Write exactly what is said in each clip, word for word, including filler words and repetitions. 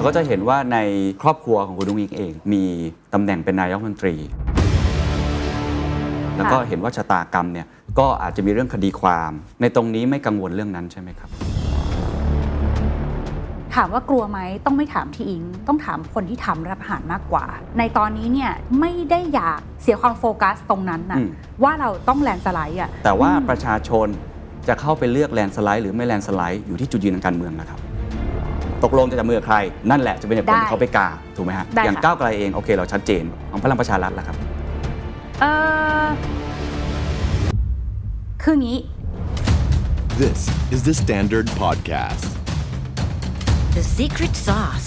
ก็จะเห็นว่าในครอบครัวของคุณอุ้งอิ๊งเองมีตำแหน่งเป็นนายกรัฐมนตรีแล้วก็เห็นว่าชะตากรรมเนี่ยก็อาจจะมีเรื่องคดีความในตรงนี้ไม่กังวลเรื่องนั้นใช่ไหมครับถามว่ากลัวไหมต้องไม่ถามที่อิงต้องถามคนที่ทำรัฐประหารมากกว่าในตอนนี้เนี่ยไม่ได้อยากเสียความโฟกัสตรงนั้นนะว่าเราต้องแลนสไลด์อ่ะแต่ว่าประชาชนจะเข้าไปเลือกแลนสไลด์หรือไม่แลนสไลด์อยู่ที่จุดยืนทางการเมืองนะครับตกลงจะจับมือใครนั่นแหละจะเป็นเหตุผลที่เขาไปกาถูกไหมฮะอย่างก้าวไกลเองโอเคเราชัดเจนของพลังประชารัฐล่ะครับเออคืองี้ This is the Standard Podcast The Secret Sauce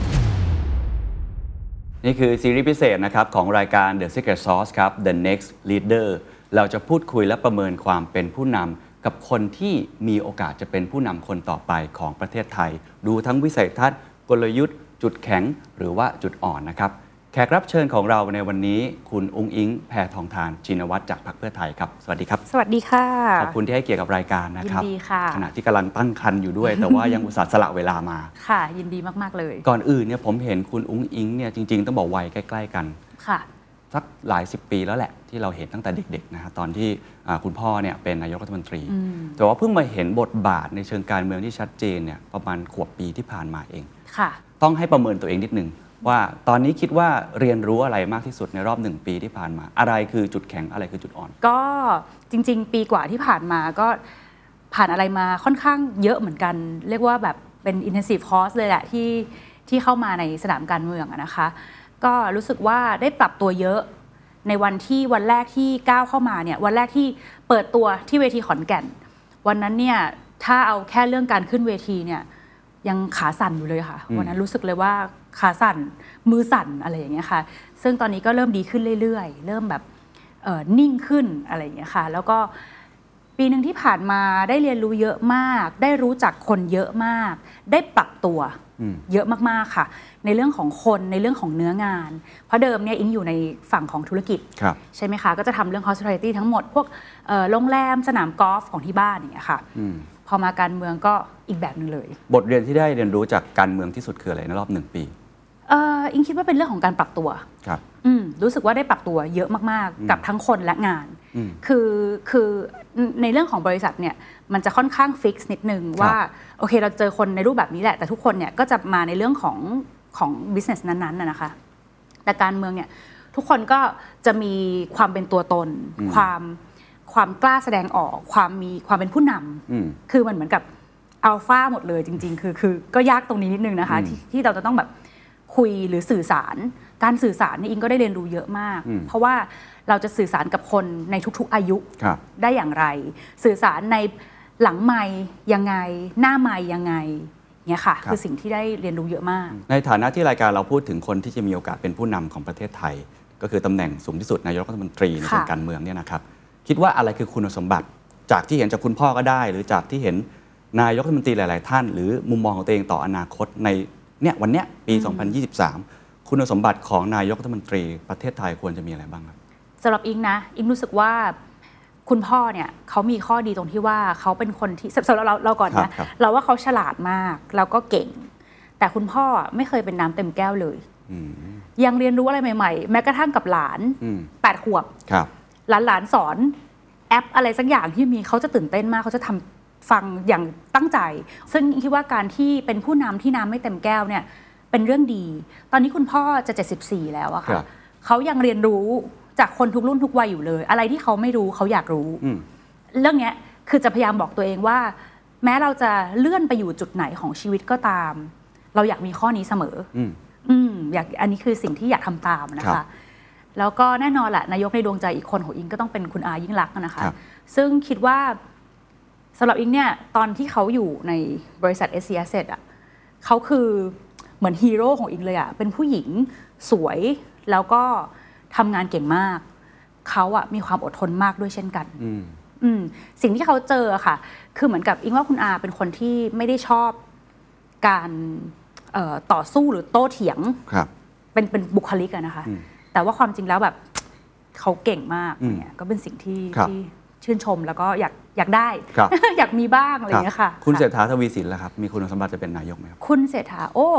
นี่คือซีรีส์พิเศษนะครับของรายการ The Secret Sauce ครับ The Next Leader เราจะพูดคุยและประเมินความเป็นผู้นำกับคนที่มีโอกาสจะเป็นผู้นำคนต่อไปของประเทศไทยดูทั้งวิสัยทัศน์กลยุทธ์จุดแข็งหรือว่าจุดอ่อนนะครับแขกรับเชิญของเราในวันนี้คุณอุ้งอิงแพทองธารชินวัตรจากพรรคเพื่อไทยครับสวัสดีครับสวัสดีค่ะขอบคุณที่ให้เกียรติกับรายการนะครับยินดีค่ะขณะที่กำลังตั้งครรภ์อยู่ด้วย แต่ว่ายังอุตส่าห์สละเวลามาค่ะยินดีมากๆเลยก่อนอื่นเนี่ยผมเห็นคุณอุ้งอิงเนี่ยจริงๆต้องบอกวัยใกล้ๆกันค่ะสักหลายสิบปีแล้วแหละที่เราเห็นตั้งแต่เด็กๆนะฮะตอนที่คุณพ่อเนี่ยเป็นนายกรัฐมนตรีแต่ว่าเพิ่งมาเห็นบทบาทในเชิงการเมืองที่ชัดเจนเนี่ยประมาณขวบปีที่ผ่านมาเองค่ะต้องให้ประเมินตัวเองนิดนึงว่าตอนนี้คิดว่าเรียนรู้อะไรมากที่สุดในรอบหนึ่งปีที่ผ่านมาอะไรคือจุดแข็งอะไรคือจุดอ่อนก็จริงๆปีกว่าที่ผ่านมาก็ผ่านอะไรมาค่อนข้างเยอะเหมือนกันเรียกว่าแบบเป็น intensive course เลยแหละที่ที่เข้ามาในสนามการเมืองนะคะก็รู้สึกว่าได้ปรับตัวเยอะในวันที่วันแรกที่ก้าวเข้ามาเนี่ยวันแรกที่เปิดตัวที่เวทีขอนแก่นวันนั้นเนี่ยถ้าเอาแค่เรื่องการขึ้นเวทีเนี่ยยังขาสั่นอยู่เลยค่ะวันนั้นรู้สึกเลยว่าขาสั่นมือสั่นอะไรอย่างเงี้ยค่ะซึ่งตอนนี้ก็เริ่มดีขึ้นเรื่อยๆเริ่มแบบเอ่อนิ่งขึ้นอะไรอย่างเงี้ยค่ะแล้วก็ปีนึงที่ผ่านมาได้เรียนรู้เยอะมากได้รู้จักคนเยอะมากได้ปรับตัวเยอะมากๆค่ะในเรื่องของคนในเรื่องของเนื้องานเพราะเดิมเนี่ยอิงอยู่ในฝั่งของธุรกิจใช่ไหมคะก็จะทำเรื่อง hospitality ทั้งหมดพวกโรงแรมสนามกอล์ฟของที่บ้านอย่างเงี้ยค่ะพอมาการเมืองก็อีกแบบนึงเลยบทเรียนที่ได้เรียนรู้จากการเมืองที่สุดคืออะไรในรอบหนึ่งปีเอออิงคิดว่าเป็นเรื่องของการปรับตัวครับอืมรู้สึกว่าได้ปรับตัวเยอะมากๆกับทั้งคนและงานคือคือในเรื่องของบริษัทเนี่ยมันจะค่อนข้างฟิกซ์นิดนึงว่าโอเคเราเจอคนในรูปแบบนี้แหละแต่ทุกคนเนี่ยก็จะมาในเรื่องของของบิสเนสนั้นๆน่ะนะคะแต่การเมืองเนี่ยทุกคนก็จะมีความเป็นตัวตนความความกล้าแสดงออกความมีความเป็นผู้นำคือมันเหมือนกับอัลฟาหมดเลยจริงๆคือคือก็ยากตรงนี้นิดนึงนะคะที่ที่เราจะต้องแบบคุยหรือสื่อสารการสื่อสารนี่อิงก็ได้เรียนรู้เยอะมากเพราะว่าเราจะสื่อสารกับคนในทุกๆอายุได้อย่างไรสื่อสารในหลังไมค์ยังไงหน้าไมค์ยังไงเนี่ยค่ะคือสิ่งที่ได้เรียนรู้เยอะมากในฐานะที่รายการเราพูดถึงคนที่จะมีโอกาสเป็นผู้นำของประเทศไทยก็คือตำแหน่งสูงที่สุดนายกรัฐมนตรีในทางการเมืองเนี่ยนะครับคิดว่าอะไรคือคุณสมบัติจากที่เห็นจากคุณพ่อก็ได้หรือจากที่เห็นนายกรัฐมนตรีหลายๆท่านหรือมุมมองของตัวเองต่ออนาคตในเนี่ยวันเนี้ยปีสองพันยี่สิบสามคุณสมบัติของนายกรัฐมนตรีประเทศไทยควรจะมีอะไรบ้างครับสำหรับอิงนะอิงรู้สึกว่าคุณพ่อเนี่ยเขามีข้อดีตรงที่ว่าเขาเป็นคนที่สำหรับเราเราก่อนนะเราว่าเขาฉลาดมากแล้วก็เก่งแต่คุณพ่อไม่เคยเป็นน้ำเต็มแก้วเลยยังเรียนรู้อะไรใหม่ๆแม้กระทั่งกับหลานแปดขวบหลานหลานสอนแอปอะไรสักอย่างที่มีเขาจะตื่นเต้นมากเขาจะทำฟังอย่างตั้งใจซึ่งคิดว่าการที่เป็นผู้นำที่น้ำไม่เต็มแก้วเนี่ยเป็นเรื่องดีตอนนี้คุณพ่อจะเจ็ดสิบสี่แล้วอะค่ะเขายังเรียนรู้จากคนทุกรุ่นทุกวัยอยู่เลยอะไรที่เขาไม่รู้เขาอยากรู้เรื่องนี้คือจะพยายามบอกตัวเองว่าแม้เราจะเลื่อนไปอยู่จุดไหนของชีวิตก็ตามเราอยากมีข้อนี้เสมออืมอยากอันนี้คือสิ่งที่อยากทำตามนะคะแล้วก็แน่นอนแหละนายกในดวงใจอีกคนของอิงก็ต้องเป็นคุณอายิ่งลักษณ์นะคะซึ่งคิดว่าสำหรับอิงเนี่ยตอนที่เขาอยู่ในบริษัท เอส ซี Asset อ่ะเขาคือเหมือนฮีโร่ของอิงเลยอ่ะเป็นผู้หญิงสวยแล้วก็ทำงานเก่งมากเขาอะมีความอดทนมากด้วยเช่นกันอืมสิ่งที่เขาเจอค่ะคือเหมือนกับอิงว่าคุณอาเป็นคนที่ไม่ได้ชอบการเอ่อต่อสู้หรือโต้เถียงเป็นเป็นบุคลิกอะนะคะแต่ว่าความจริงแล้วแบบเขาเก่งมากเนี่ยก็เป็นสิ่งที่ที่ชื่นชมแล้วก็อยากอยากได้ อยากมีบ้างอะไรอย่างเงี้ยค่ะคุณเศรษฐาทวีสินล่ะครับมีคุณสมบัติจะเป็นนายกไหมครับคุณเศรษฐาโอ้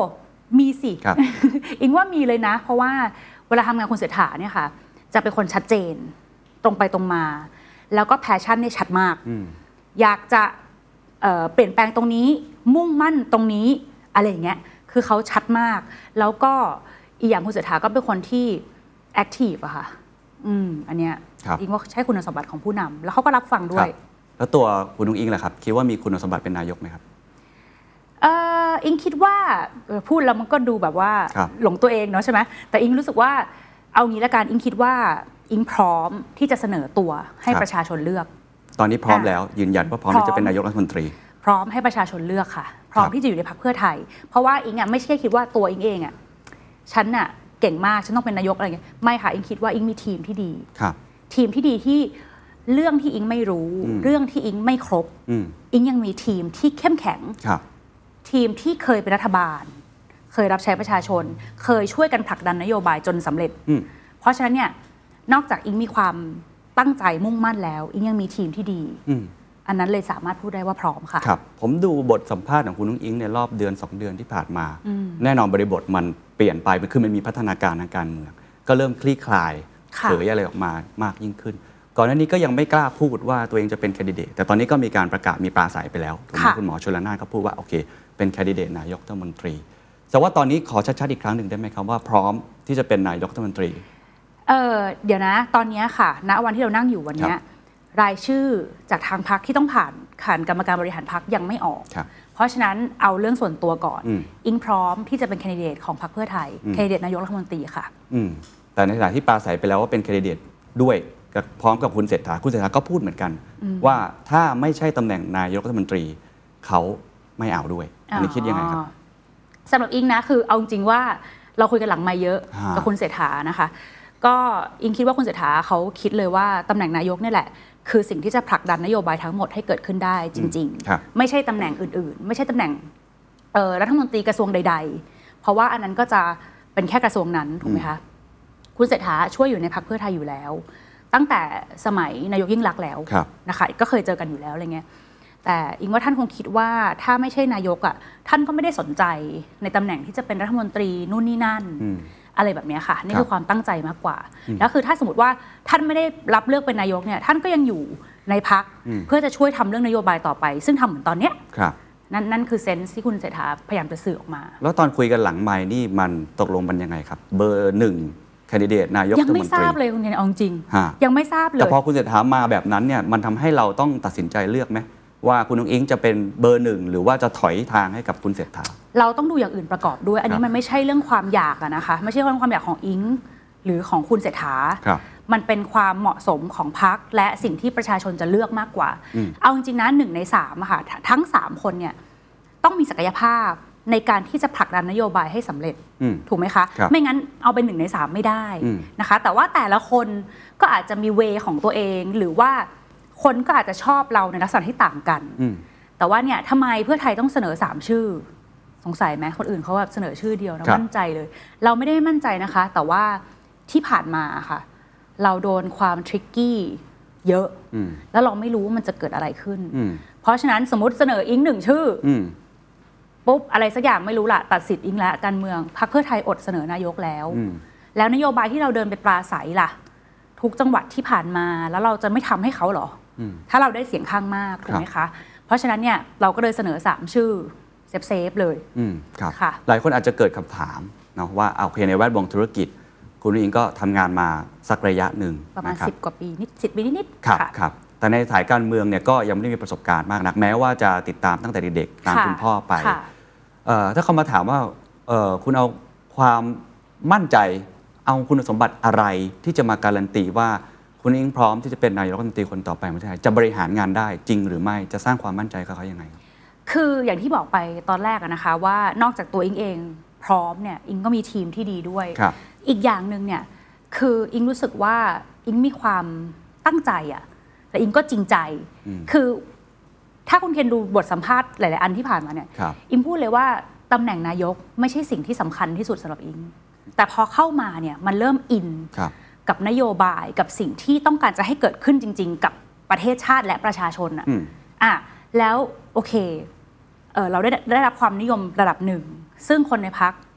มีสิครับอิงว่ามีเลยนะเพราะว่าเวลาทำงานคุณเศรษฐาเนี่ยค่ะจะเป็นคนชัดเจนตรงไปตรงมาแล้วก็แพชชั่นเนี่ยชัดมากอยากจะเอ่อเปลี่ยนแปลงตรงนี้มุ่งมั่นตรงนี้อะไรอย่างเงี้ยคือเขาชัดมากแล้วก็อีกอย่างคุณเศรษฐาก็เป็นคนที่แอคทีฟอะค่ะอืมอันเนี้ยอิงว่าใช่คุณสมบัติของผู้นำแล้วเขาก็รับฟังด้วยแล้วตัวคุณนุ้งอิงล่ะครับคิดว่ามีคุณสมบัติเป็นนายกไหมครับเอ่ออิงคิดว่าพูดแล้วมันก็ดูแบบว่าหลงตัวเองเนาะใช่ไหมแต่อิงรู้สึกว่าเอางี้ละกันอิงคิดว่าอิงพร้อมที่จะเสนอตัวให้ประชาชนเลือกตอนนี้พร้อมแล้วยืนยันว่าพร้อมที่จะเป็นนายกรัฐมนตรีพร้อมให้ประชาชนเลือกค่ะพร้อมที่จะอยู่ในพรรคเพื่อไทยเพราะว่าอิงอ่ะไม่ใช่คิดว่าตัวอิงเองอ่ะฉันอ่ะเก่งมากฉันต้องเป็นนายกอะไรเงี้ยไม่ค่ะอิงคิดว่าอิงมีทีมที่ดีทีมที่ดีที่เรื่องที่อิงไม่รู้เรื่องที่อิงไม่ครบอิงยังมีทีมที่เข้มแข็งทีมที่เคยเป็นรัฐบาลเคยรับใช้ประชาชนเคยช่วยกันผลักดันนโยบายจนสำเร็จเพราะฉะนั้นเนี่ยนอกจากอิงมีความตั้งใจมุ่งมั่นแล้วอิงยังมีทีมที่ดีอันนั้นเลยสามารถพูดได้ว่าพร้อมค่ะครับผมดูบทสัมภาษณ์ของคุณนุ้งอิงในรอบเดือนสองเดือนที่ผ่านมาแน่นอนบริบทมันเปลี่ยนไปมันคือมันมีพัฒนาการทางการเมืองก็เริ่มคลี่คลายเผยอะไรออกมามากยิ่งขึ้นก่อนหน้านี้ก็ยังไม่กล้าพูดว่าตัวเองจะเป็นแคนดิเดตแต่ตอนนี้ก็มีการประกาศมีปราศัยไปแล้วคุณหมอชลนานก็พูดว่าโอเคเป็นแคนดิเดตนายกรัฐมนตรีแต่ว่าตอนนี้ขอชัดๆอีกครั้งหนึ่งได้ไหมครับว่าพร้อมที่จะเป็นนายกรัฐมนตรีเออเดี๋ยวนะตอนนี้ค่ะณวันที่เรานั่งอยู่วันนี้รายชื่อจากทางพรรคที่ต้องผ่านผ่านกรรมการบริหารพรรคยังไม่ออกเพราะฉะนั้นเอาเรื่องส่วนตัวก่อนอิงพร้อมที่จะเป็นแคนดิเดตของพรรคเพื่อไทยแคนดิเดตนายกรัฐมนตรีค่ะแต่ในขณะที่ปราศัยไปแล้วว่าเป็นแคนดิเดตด้วยพร้อมกับคุณเศรษฐาคุณเศรษฐาก็พูดเหมือนกันว่าถ้าไม่ใช่ตำแหน่งนายกรัฐมนตรีเขาไม่เอาด้วยอันนี้คิดยังไงครับสำหรับอิงนะคือเอาจริงว่าเราคุยกันหลังไมค์เยอะกับคุณเศรษฐานะคะก็อิงคิดว่าคุณเศรษฐาเขาคิดเลยว่าตำแหน่งนายกนี่แหละคือสิ่งที่จะผลักดันนโยบายทั้งหมดให้เกิดขึ้นได้จริงๆไม่ใช่ตำแหน่งอื่นๆไม่ใช่ตำแหน่งรัฐมนตรีกระทรวงใดๆเพราะว่าอันนั้นก็จะเป็นแค่กระทรวงนั้นถูกไหมคะคุณเศรษฐาช่วยอยู่ในพรรคเพื่อไทยอยู่แล้วตั้งแต่สมัยนายกยิ่งลักษณ์แล้วนะคะก็เคยเจอกันอยู่แล้วอะไรเงี้ยแต่อิงว่าท่านคงคิดว่าถ้าไม่ใช่นายกอ่ะท่านก็ไม่ได้สนใจในตำแหน่งที่จะเป็นรัฐมนตรีนู่นนี่นั่นอะไรแบบนี้ค่ะนี่คือความตั้งใจมากกว่าแล้วคือถ้าสมมติว่าท่านไม่ได้รับเลือกเป็นนายกเนี่ยท่านก็ยังอยู่ในพรรคเพื่อจะช่วยทำเรื่องนโยบายต่อไปซึ่งทำเหมือนตอนเนี้ยนั่นนั่นคือเซนส์ที่คุณเศรษฐาพยายามจะสื่อออกมาแล้วตอนคุยกันหลังไมค์นี่มันตกลงมันยังไงครับเบอร์หนึ่งแคนดิเดตนายกรัฐมนตรียังไม่ทราบเลยคุณเนยเอาจริงยังไม่ทราบเลยแต่พอคุณเศรษฐามาแบบนั้นเนี่ยมันทำให้เราต้องตัดสินใจเลือกไหมว่าคุณนุ้งอิงจะเป็นเบอร์หนึ่งหรือว่าจะถอยทางให้กับคุณเศรษฐาเราต้องดูอย่างอื่นประกอบด้วยอันนี้มันไม่ใช่เรื่องความอยากอะนะคะไม่ใช่เรื่องความอยากของอิงหรือของคุณเศรษฐามันเป็นความเหมาะสมของพรรคและสิ่งที่ประชาชนจะเลือกมากกว่าเอาจริงๆนะหนึ่งในสามอะค่ะทั้งสามคนเนี่ยต้องมีศักยภาพในการที่จะผลักดันนโยบายให้สำเร็จถูกไหมคะไม่งั้นเอาเป็นหนึ่งในสามไม่ได้นะคะแต่ว่าแต่ละคนก็อาจจะมีเวของตัวเองหรือว่าคนก็อาจจะชอบเราในลักษณะที่ต่างกันแต่ว่าเนี่ยทำไมเพื่อไทยต้องเสนอสามชื่อสงสัยไหมคนอื่นเขาแบบเสนอชื่อเดียวนะมั่นใจเลยเราไม่ได้มั่นใจนะคะแต่ว่าที่ผ่านมาค่ะเราโดนความทริกกี้เยอะแล้วเราไม่รู้ว่ามันจะเกิดอะไรขึ้นเพราะฉะนั้นสมมติเสนออิงหนึ่งชื่อปุ๊บอะไรสักอย่างไม่รู้ละตัดสิทธิ์อิงและการเมืองพรรคเพื่อไทยอดเสนอนายกแล้วแล้วนโยบายที่เราเดินไปปราศัยล่ะทุกจังหวัดที่ผ่านมาแล้วเราจะไม่ทำให้เขาหรอถ้าเราได้เสียงข้างมากถูกไหมคะเพราะฉะนั้นเนี่ยเราก็เลยเสนอสามชื่อเซฟเซฟเลยครับหลายคนอาจจะเกิดคำถามเนาะว่าโอเคในแวดวงธุรกิจคุณอิงก็ทำงานมาสักระยะหนึ่งประมาณสิบกว่าปีนิดสิบปีนิดๆครับครับแต่ในสายการเมืองเนี่ยก็ยังไม่ได้มีประสบการณ์มากนักแม้ว่าจะติดตามตั้งแต่เด็กๆตามคุณพ่อไปถ้าเขามาถามว่าคุณเอาความมั่นใจเอาคุณสมบัติอะไรที่จะมาการันตีว่าคุณอิงพร้อมที่จะเป็นนายกรัฐมนตรีคนต่อไปของประเทศไทยจะบริหารงานได้จริงหรือไม่จะสร้างความมั่นใจกับเขายังไงคืออย่างที่บอกไปตอนแรกนะคะว่านอกจากตัวอิงเองพร้อมเนี่ยอิงก็มีทีมที่ดีด้วยอีกอย่างนึงเนี่ยคืออิงรู้สึกว่าอิงมีความตั้งใจอะแต่อิงก็จริงใจคือถ้าคุณเคนดูบทสัมภาษณ์หลายๆอันที่ผ่านมาเนี่ยอิงพูดเลยว่าตำแหน่งนายกไม่ใช่สิ่งที่สำคัญที่สุดสำหรับอิงแต่พอเข้ามาเนี่ยมันเริ่มอินกับนโยบายกับสิ่งที่ต้องการจะให้เกิดขึ้นจริงๆกับประเทศชาติและประชาชนอ่ะอ่ะแล้วโอเคเออเราได้ได้รับความนิยมระดับหนึ่งซึ่งคนในพรรค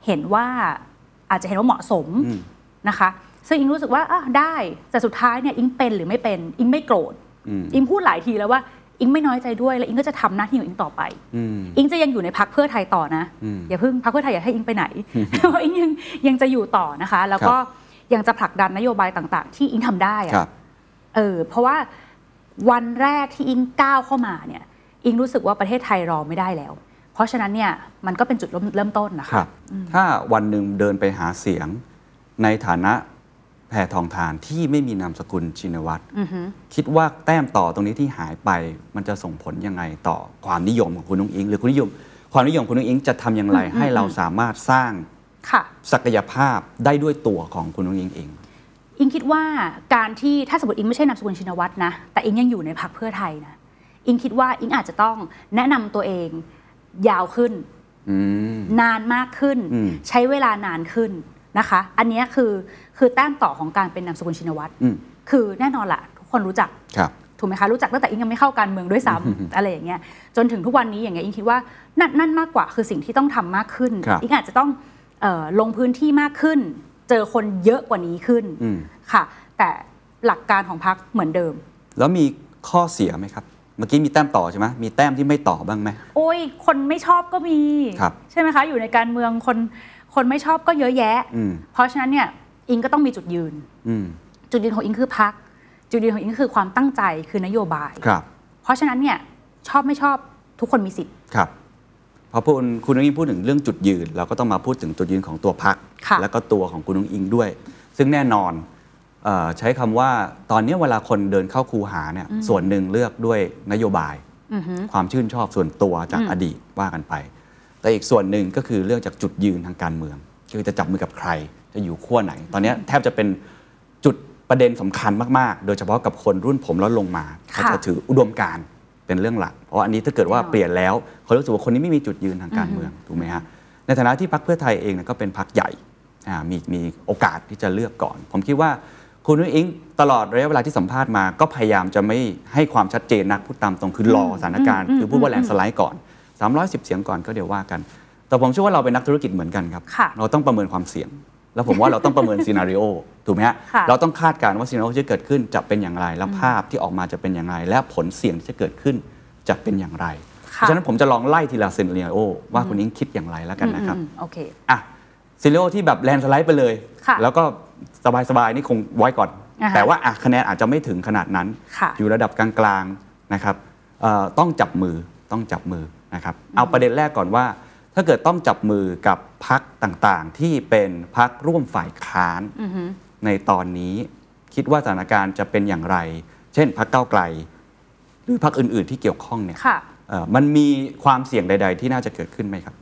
เห็นว่าอาจจะเห็นว่าเหมาะสมนะคะซึ่งอิงรู้สึกว่าอ่ะได้แต่สุดท้ายเนี่ยอิงเป็นหรือไม่เป็นอิงไม่โกรธอิงพูดหลายทีแล้วว่าอิงไม่น้อยใจด้วยและอิงก็จะทำหน้าที่ของอิงต่อไปอิงจะยังอยู่ในพรรคเพื่อไทยต่อนะอย่าเพิ่งพรรคเพื่อไทยอย่าให้อิงไปไหนเพราะอิงยังยังจะอยู่ต่อนะคะแล้วก็ยังจะผลักดันนโยบายต่างๆที่อิงทำได้อะเออเพราะว่าวันแรกที่อิงก้าวเข้ามาเนี่ยอิงรู้สึกว่าประเทศไทยรอไม่ได้แล้วเพราะฉะนั้นเนี่ยมันก็เป็นจุดเริ่มต้นนะคะถ้าวันหนึ่งเดินไปหาเสียงในฐานะแพทองธารที่ไม่มีนามสกุลชินวัตรคิดว่าแต้มต่อตรงนี้ที่หายไปมันจะส่งผลยังไงต่อความนิยมของคุณนุ้งอิงหรือคุณนิยมความนิยมคุณนุ้งอิงจะทำอย่างไรให้เราสามารถสร้างศักยภาพได้ด้วยตัวของคุณนุ้งอิงเองอิงคิดว่าการที่ถ้าสมมติอิงไม่ใช่นามสกุลชินวัตรนะแต่อิงยังอยู่ในพรรคเพื่อไทยนะอิงคิดว่าอิงอาจจะต้องแนะนำตัวเองยาวขึ้นนานมากขึ้นใช้เวลานานขึ้นนะคะอันนี้คือคือแต้มต่อของการเป็นนามสกุลชินวัตรคือแน่นอนละทุกคนรู้จักถูกไหมคะรู้จักตั้งแต่อิงยังไม่เข้าการเมืองด้วยซ้ำอะไรอย่างเงี้ยจนถึงทุกวันนี้อย่างเงี้ยอิงคิดว่านั่นนั่นมากกว่าคือสิ่งที่ต้องทำมากขึ้นอิงอาจจะต้องเอ่อลงพื้นที่มากขึ้นเจอคนเยอะกว่านี้ขึ้นค่ะแต่หลักการของพรรคเหมือนเดิมแล้วมีข้อเสียไหมครับเมื่อกี้มีแต้มต่อใช่ไหมมีแต้มที่ไม่ต่อบ้างไหมโอ้ยคนไม่ชอบก็มีใช่ไหมคะอยู่ในการเมืองคนคนไม่ชอบก็เยอะแยะเพราะฉะนั้นเนี่ยอิงก็ต้องมีจุดยืนจุดยืนของอิงคือพรรคจุดยืนของอิงคือความตั้งใจคือนโยบายเพราะฉะนั้นเนี่ยชอบไม่ชอบทุกคนมีสิทธิ์ครับพอพูดคุณนุ้งอิงพูดถึงเรื่องจุดยืนเราก็ต้องมาพูดถึงจุดยืนของตัวพรรคแล้วก็ตัวของคุณนุ้งอิงด้วยซึ่งแน่นอนใช้คำว่าตอนนี้เวลาคนเดินเข้าคูหาเนี่ยส่วนหนึ่งเลือกด้วยนโยบายความชื่นชอบส่วนตัวจากอดีตว่ากันไปแต่อีกส่วนหนึ่งก็คือเรื่องจากจุดยืนทางการเมืองคือจะจับมือกับใครจะอยู่ขั้วไหนตอนนี้แทบจะเป็นจุดประเด็นสำคัญมากๆโดยเฉพาะกับคนรุ่นผมแล้วลงมาเขาจะถืออุดมการณ์เป็นเรื่องหลักเพราะอันนี้ถ้าเกิดว่าเปลี่ยนแล้วเขารู้สึกว่าคนนี้ไม่มีจุดยืนทางการเมืองถูกไหมฮะในฐานะที่พรรคเพื่อไทยเองก็เป็นพรรคใหญ่มีมีโอกาสที่จะเลือกก่อนผมคิดว่าคุณนุ้งอิงตลอดระยะเวลาที่สัมภาษณ์มาก็พยายามจะไม่ให้ความชัดเจนนักพูดตามตรงคือรอสถานการณ์คือพูดว่าแลนด์สไลด์ก่อนสามร้อยสิบเสียงก่อนก็เดี๋ยวว่ากันแต่ผมเชื่อว่าเราเป็นนักธุรกิจเหมือนกันครับเราต้องประเมินความเสี่ยงแล้วผมว่าเราต้องประเมินซีนาริโอถูกไหมฮะเราต้องคาดการณ์ว่าซีนาริโอที่จะเกิดขึ้นจะเป็นอย่างไรแล้วภาพที่ออกมาจะเป็นอย่างไรและผลเสี่ยงที่จะเกิดขึ้นจะเป็นอย่างไรเพราะฉะนั้นผมจะลองไล่ทีละซีนาริโอว่าคุณอิงคิดอย่างไรแล้วกันนะครับโอเคอ่ะซีนาริโอที่แบบแลนด์สไลด์ไปเลยแล้วก็สบายๆนี่คงไว้ก่อนแต่ว่าอ่ะคะแนนอาจจะไม่ถึงขนาดนั้นอยู่ระดับกลางๆนะครับต้องจับมือต้องจับมือนะครับเอาประเด็นแรกก่อนว่าถ้าเกิดต้องจับมือกับพรรคต่างๆที่เป็นพรรคร่วมฝ่ายค้านในตอนนี้คิดว่าสถานการณ์จะเป็นอย่างไรเช่นพรรคก้าวไกลหรือพรรคอื่นๆที่เกี่ยวข้องเนี่ยมันมีความเสี่ยงใดๆที่น่าจะเกิดขึ้นไหมครับ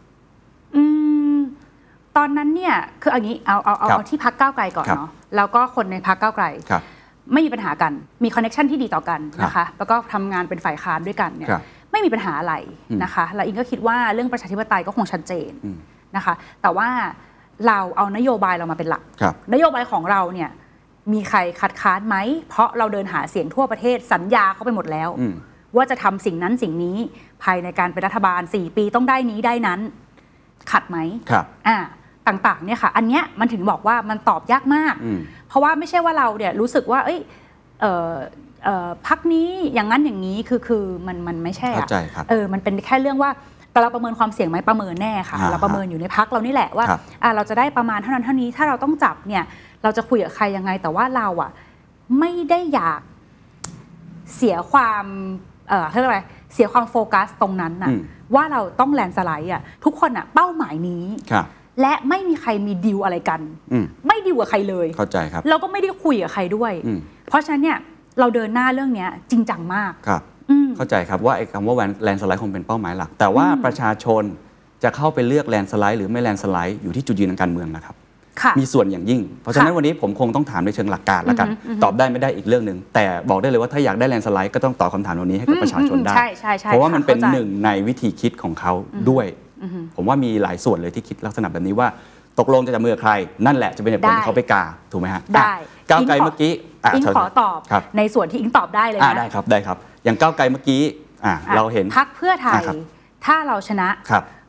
ตอนนั้นเนี่ยคืออย่างนี้เอาเอาเอาที่พรรคก้าวไกลก่อนเนาะแล้วก็คนในพรรคก้าวไกลไม่มีปัญหากันมีคอนเนคชั่นที่ดีต่อกันนะคะแล้วก็ทำงานเป็นฝ่ายค้านด้วยกันเนี่ยไม่มีปัญหาอะไรนะคะแล้วอิงก็คิดว่าเรื่องประชาธิปไตยก็คงชัดเจนนะคะแต่ว่าเราเอานโยบายเรามาเป็นหลักนโยบายของเราเนี่ยมีใครคัดค้านไหมเพราะเราเดินหาเสียงทั่วประเทศสัญญาเข้าไปหมดแล้วว่าจะทำสิ่งนั้นสิ่งนี้ภายในการเป็นรัฐบาลสี่ปีต้องได้นี้ได้นั้นขัดไหมครับอ่าต่างๆเนี่ยค่ะอันเนี้ยมันถึงบอกว่ามันตอบยากมากเพราะว่าไม่ใช่ว่าเราเนี่ยรู้สึกว่าเอ้ยเอ่อเอ่อพรรคนี้อย่างนั้นอย่างนี้คือคือมันมันไม่ใช่อ่ะเออมันเป็นแค่เรื่องว่าแต่เราประเมินความเสี่ยงไหมประเมินแน่ค่ะเราประเมินอยู่ในพรรคเรานี่แหละว่าอ่าเราจะได้ประมาณเท่านั้นเท่านี้ถ้าเราต้องจับเนี่ยเราจะคุยกับใครยังไงแต่ว่าเราอ่ะไม่ได้อยากเสียความเอ่อเรียกอะไรเสียความโฟกัสตรงนั้นน่ะว่าเราต้องแลนด์สไลด์อ่ะทุกคนอ่ะเป้าหมายนี้และไม่มีใครมีดีลอะไรกันไม่ดีลกับใครเลยเข้าใจครับเราก็ไม่ได้คุยกับใครด้วยเพราะฉะนั้นเนี่ยเราเดินหน้าเรื่องนี้จริงจังมากครับเข้าใจครับว่าไอ้คำว่าแลนด์สไลด์คงเป็นเป้าหมายหลักแต่ว่าประชาชนจะเข้าไปเลือกแลนด์สไลด์หรือไม่แลนด์สไลด์อยู่ที่จุดยืนทางการเมืองนะครับมีส่วนอย่างยิ่งเพราะฉะนั้นวันนี้ผมคงต้องถามในเชิงหลักการแล้วกันตอบได้ไม่ได้อีกเรื่องนึงแต่บอกได้เลยว่าถ้าอยากได้แลนด์สไลด์ก็ต้องตอบคำถามเหล่านี้ให้กับประชาชนได้เพราะว่ามันเป็นหนึ่งในวิธีคิดของเขาด้วยผมว่ามีหลายส่วนเลยที่คิดลักษณะแบบนี้ว่าตกลงจะจับมือกับใครนั่นแหละจะเป็นเหตุผลที่เขาไปกาถูกไหมฮะได้ก้าวไกลเมื่อกี้อิงขอตอบในส่วนที่อิงตอบได้เลยนะได้ครับได้ครับอย่างก้าวไกลเมื่อกี้เราเห็นพรรคเพื่อไทยถ้าเราชนะ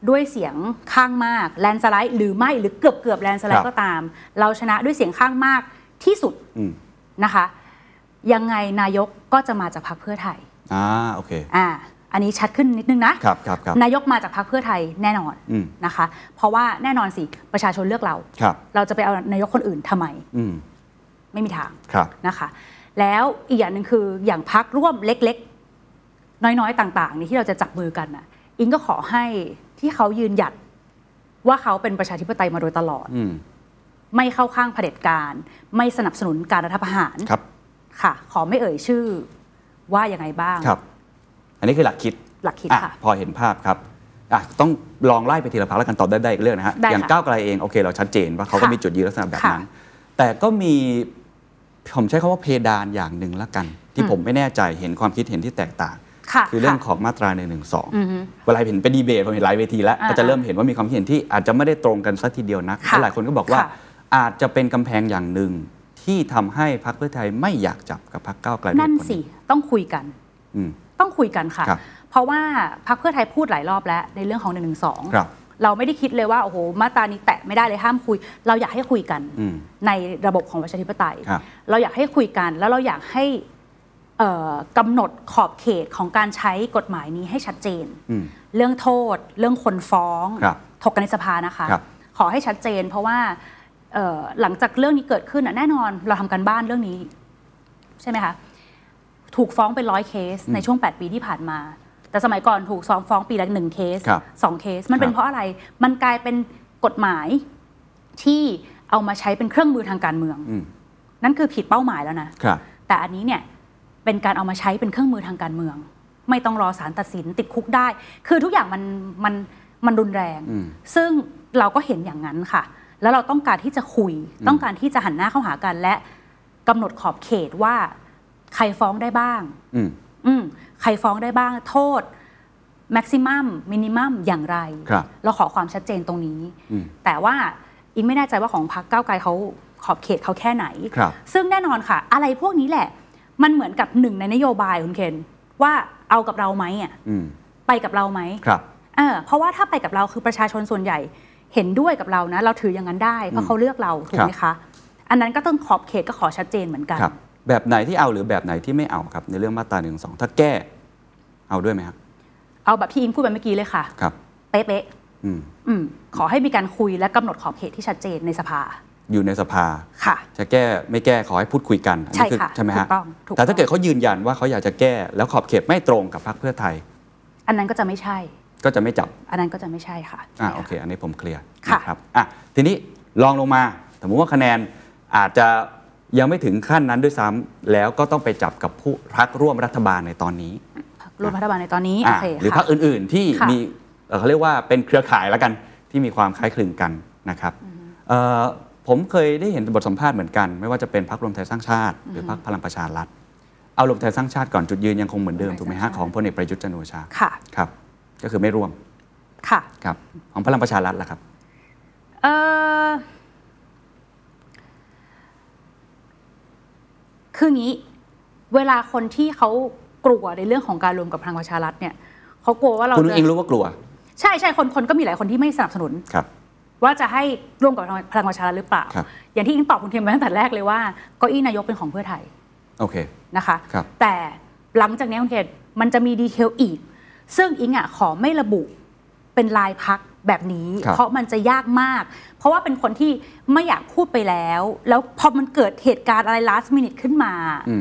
ด้วยเสียงข้างมากแลนสไลด์หรือไม่หรือเกือบเกือบแลนสไลด์ก็ตามเราชนะด้วยเสียงข้างมากที่สุดนะคะยังไงนายกก็จะมาจากพรรคเพื่อไทยอ่าโอเคอ่าอันนี้ชัดขึ้นนิดนึงนะครับครับครับนายกมาจากพรรคเพื่อไทยแน่นอนนะคะเพราะว่าแน่นอนสิประชาชนเลือกเราเราจะไปเอานายกคนอื่นทำไมไม่มีทางนะคะแล้วอีกอย่างหนึ่งคืออย่างพรรคร่วมเล็กๆน้อยๆต่างๆนี่ที่เราจะจับมือกันน่ะอิงก็ขอให้ที่เขายืนหยัดว่าเขาเป็นประชาธิปไตยมาโดยตลอดไม่เข้าข้างเผด็จการไม่สนับสนุนการรัฐประหารค่ะขอไม่เอ่ยชื่อว่ายังไงบ้างครับอันนี้คือหลักคิดหลักคิดค่ะพอเห็นภาพครับอ่ะต้องลองไล่ไปทีละพรรคแล้วกันตอบได้ได้อีกเรื่องนะฮะอย่างก้าวไกลเองโอเคเราชัดเจนว่าเขาก็มีจุดยืนลักษณะแบบนั้นแต่ก็มีผมใช้คำว่าเพดานอย่างหนึ่งละกันที่ผมไม่แน่ใจเห็นความคิดเห็นที่แตกต่างคือเรื่องของมาตราหนึ่งหนึ่งสองเวลาเห็นไปดีเบตผมเห็นหลายเวทีแล้วก็จะเริ่มเห็นว่ามีความเห็นที่อาจจะไม่ได้ตรงกันสักทีเดียวนักหลายคนก็บอกว่าอาจจะเป็นกำแพงอย่างหนึ่งที่ทำให้พรรคเพื่อไทยไม่อยากจับกับพรรคก้าวไกลนั่นสิต้องคุยกันต้องคุยกันค่ะเพราะว่าพรรคเพื่อไทยพูดหลายรอบแล้วในเรื่องของหนึ่งหนึ่งสองเราไม่ได้คิดเลยว่าโอ้โหมาตรานี้แตะไม่ได้เลยห้ามคุยเราอยากให้คุยกันในระบบของประชาธิปไตยเราอยากให้คุยกันแล้วเราอยากให้กำหนดขอบเขตของการใช้กฎหมายนี้ให้ชัดเจนเรื่องโทษเรื่องคนฟ้องถกกันในสภานะคะขอให้ชัดเจนเพราะว่าหลังจากเรื่องนี้เกิดขึ้นแน่นอนเราทำกันบ้านเรื่องนี้ใช่ไหมคะถูกฟ้องเป็นร้อยเคสในช่วงแปดปีที่ผ่านมาแต่สมัยก่อนถูกฟ้องฟ้องปีละหนึ่งเคสสองเคสมันเป็นเพราะอะไรมันกลายเป็นกฎหมายที่เอามาใช้เป็นเครื่องมือทางการเมืองนั่นคือผิดเป้าหมายแล้วนะแต่อันนี้เนี่ยเป็นการเอามาใช้เป็นเครื่องมือทางการเมืองไม่ต้องรอศาลตัดสินติดคุกได้คือทุกอย่างมันมันมันรุนแรงซึ่งเราก็เห็นอย่างนั้นค่ะแล้วเราต้องการที่จะคุยต้องการที่จะหันหน้าเข้าหากันและกำหนดขอบเขตว่าใครฟ้องได้บ้างอืมใครฟ้องได้บ้างโทษแม็กซิมัมมินิมัมอย่างไรเราขอความชัดเจนตรงนี้แต่ว่าอิงไม่แน่ใจว่าของพรรคก้าวไกลเขาขอบเขตเขาแค่ไหนซึ่งแน่นอนค่ะอะไรพวกนี้แหละมันเหมือนกับหนึ่งในนโยบายคุณเคนว่าเอากับเราไหมอ่ะไปกับเราไหมเออเพราะว่าถ้าไปกับเราคือประชาชนส่วนใหญ่เห็นด้วยกับเรานะเราถืออย่างนั้นได้เพราะเขาเลือกเราถูกไหมคะอันนั้นก็ต้องขอบเขตก็ขอชัดเจนเหมือนกันแบบไหนที่เอาหรือแบบไหนที่ไม่เอาครับในเรื่องมาตราหนึ่งสองถ้าแก้เอาด้วยไหมครับเอาแบบที่อิงพูดไปเมื่อกี้เลยค่ะครับเป๊ะๆอืมอืมขอให้มีการคุยและกำหนดขอบเขตที่ชัดเจนในสภาอยู่ในสภาค่ะจะแก้ไม่แก้ขอให้พูดคุยกันใช่ค่ะใช่ไหมฮะแต่ถ้าเกิดเขายืนยันว่าเขาอยากจะแก้แล้วขอบเขตไม่ตรงกับพรรคเพื่อไทยอันนั้นก็จะไม่ใช่ก็จะไม่จับอันนั้นก็จะไม่ใช่ค่ะอ่าโอเคอันนี้ผมเคลียร์นะครับอ่ะทีนี้ลองลงมาสมมติว่าคะแนนอาจจะยังไม่ถึงขั้นนั้นด้วยซ้ำแล้วก็ต้องไปจับกับผู้พรรคร่วมรัฐบาลในตอนนี้ร่วมรัฐบาลในตอนนี้หรือพรรคอื่นๆที่มีเขาเรียกว่าเป็นเครือข่ายแล้วกันที่มีความคล้ายคลึงกันนะครับผมเคยได้เห็นบทสัมภาษณ์เหมือนกันไม่ว่าจะเป็นพรรครวมไทยสร้างชาติหรือพรรคพลังประชารัฐเอารวมไทยสร้างชาติก่อนจุดยืนยังคงเหมือนเดิมถูกไหมฮะของพลเอกประยุทธ์จันทร์โอชาค่ะครับก็คือไม่ร่วมค่ะครับของพลังประชารัฐล่ะครับเออคืองี้เวลาคนที่เขากลัวในเรื่องของการรวมกับพลังประชารัฐเนี่ยเขากลัวว่าเราคุณเองรู้ว่ากลัวใช่ใช่คนคนก็มีหลายคนที่ไม่สนับสนุนว่าจะให้ร่วมกับพลังประชารัฐหรือเปล่าอย่างที่อิงตอบคุณเทียมไปตั้งแต่แรกเลยว่าเก้าอี้นายกเป็นของเพื่อไทยโอเคนะคะแต่หลังจากนี้คุณเทียมมันจะมีดีเทลอีกซึ่งอิงอ่ะขอไม่ระบุเป็นลายพรรคแบบนี้เพราะมันจะยากมากเพราะว่าเป็นคนที่ไม่อยากพูดไปแล้วแล้วพอมันเกิดเหตุการณ์อะไร last minute ขึ้นมา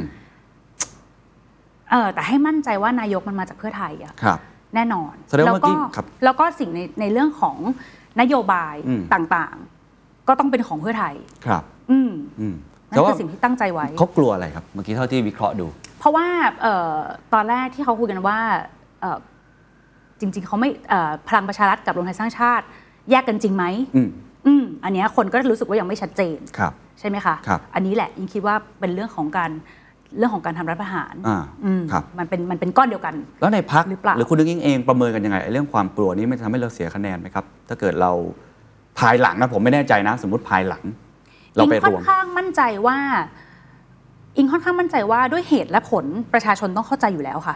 เออแต่ให้มั่นใจว่านายกมันมาจากเพื่อไทยอ่ะแน่นอนแล้วก็แล้วก็สิ่งในในเรื่องของนโยบายต่างๆก็ต้องเป็นของเพื่อไทยครับอืมนั่นคือสิ่งที่ตั้งใจไว้เขากลัวอะไรครับเมื่อกี้เท่าที่วิเคราะห์ดูเพราะว่าตอนแรกที่เขาคุยกันว่าจริงๆเขาไม่พลังประชารัฐกับรวมไทยสร้างชาติแยกกันจริงไหมอืมอันนี้คนก็รู้สึกว่ายังไม่ชัดเจนใช่ไหมคะอันนี้แหละยิ่งคิดว่าเป็นเรื่องของการเรื่องของการทำรัฐประหารมันเป็นมันเป็นก้อนเดียวกันแล้วในพรรคหรือเปล่าหรือคุณนึกเองประเมินกันยังไงเรื่องความกลัวนี้มันทำให้เราเสียคะแนนไหมครับถ้าเกิดเราภายหลังนะผมไม่แน่ใจนะสมมติภายหลังเราไปรวมอิงค่อนข้างมั่นใจว่าอิงค่อนข้างมั่นใจว่าด้วยเหตุและผลประชาชนต้องเข้าใจอยู่แล้วค่ะ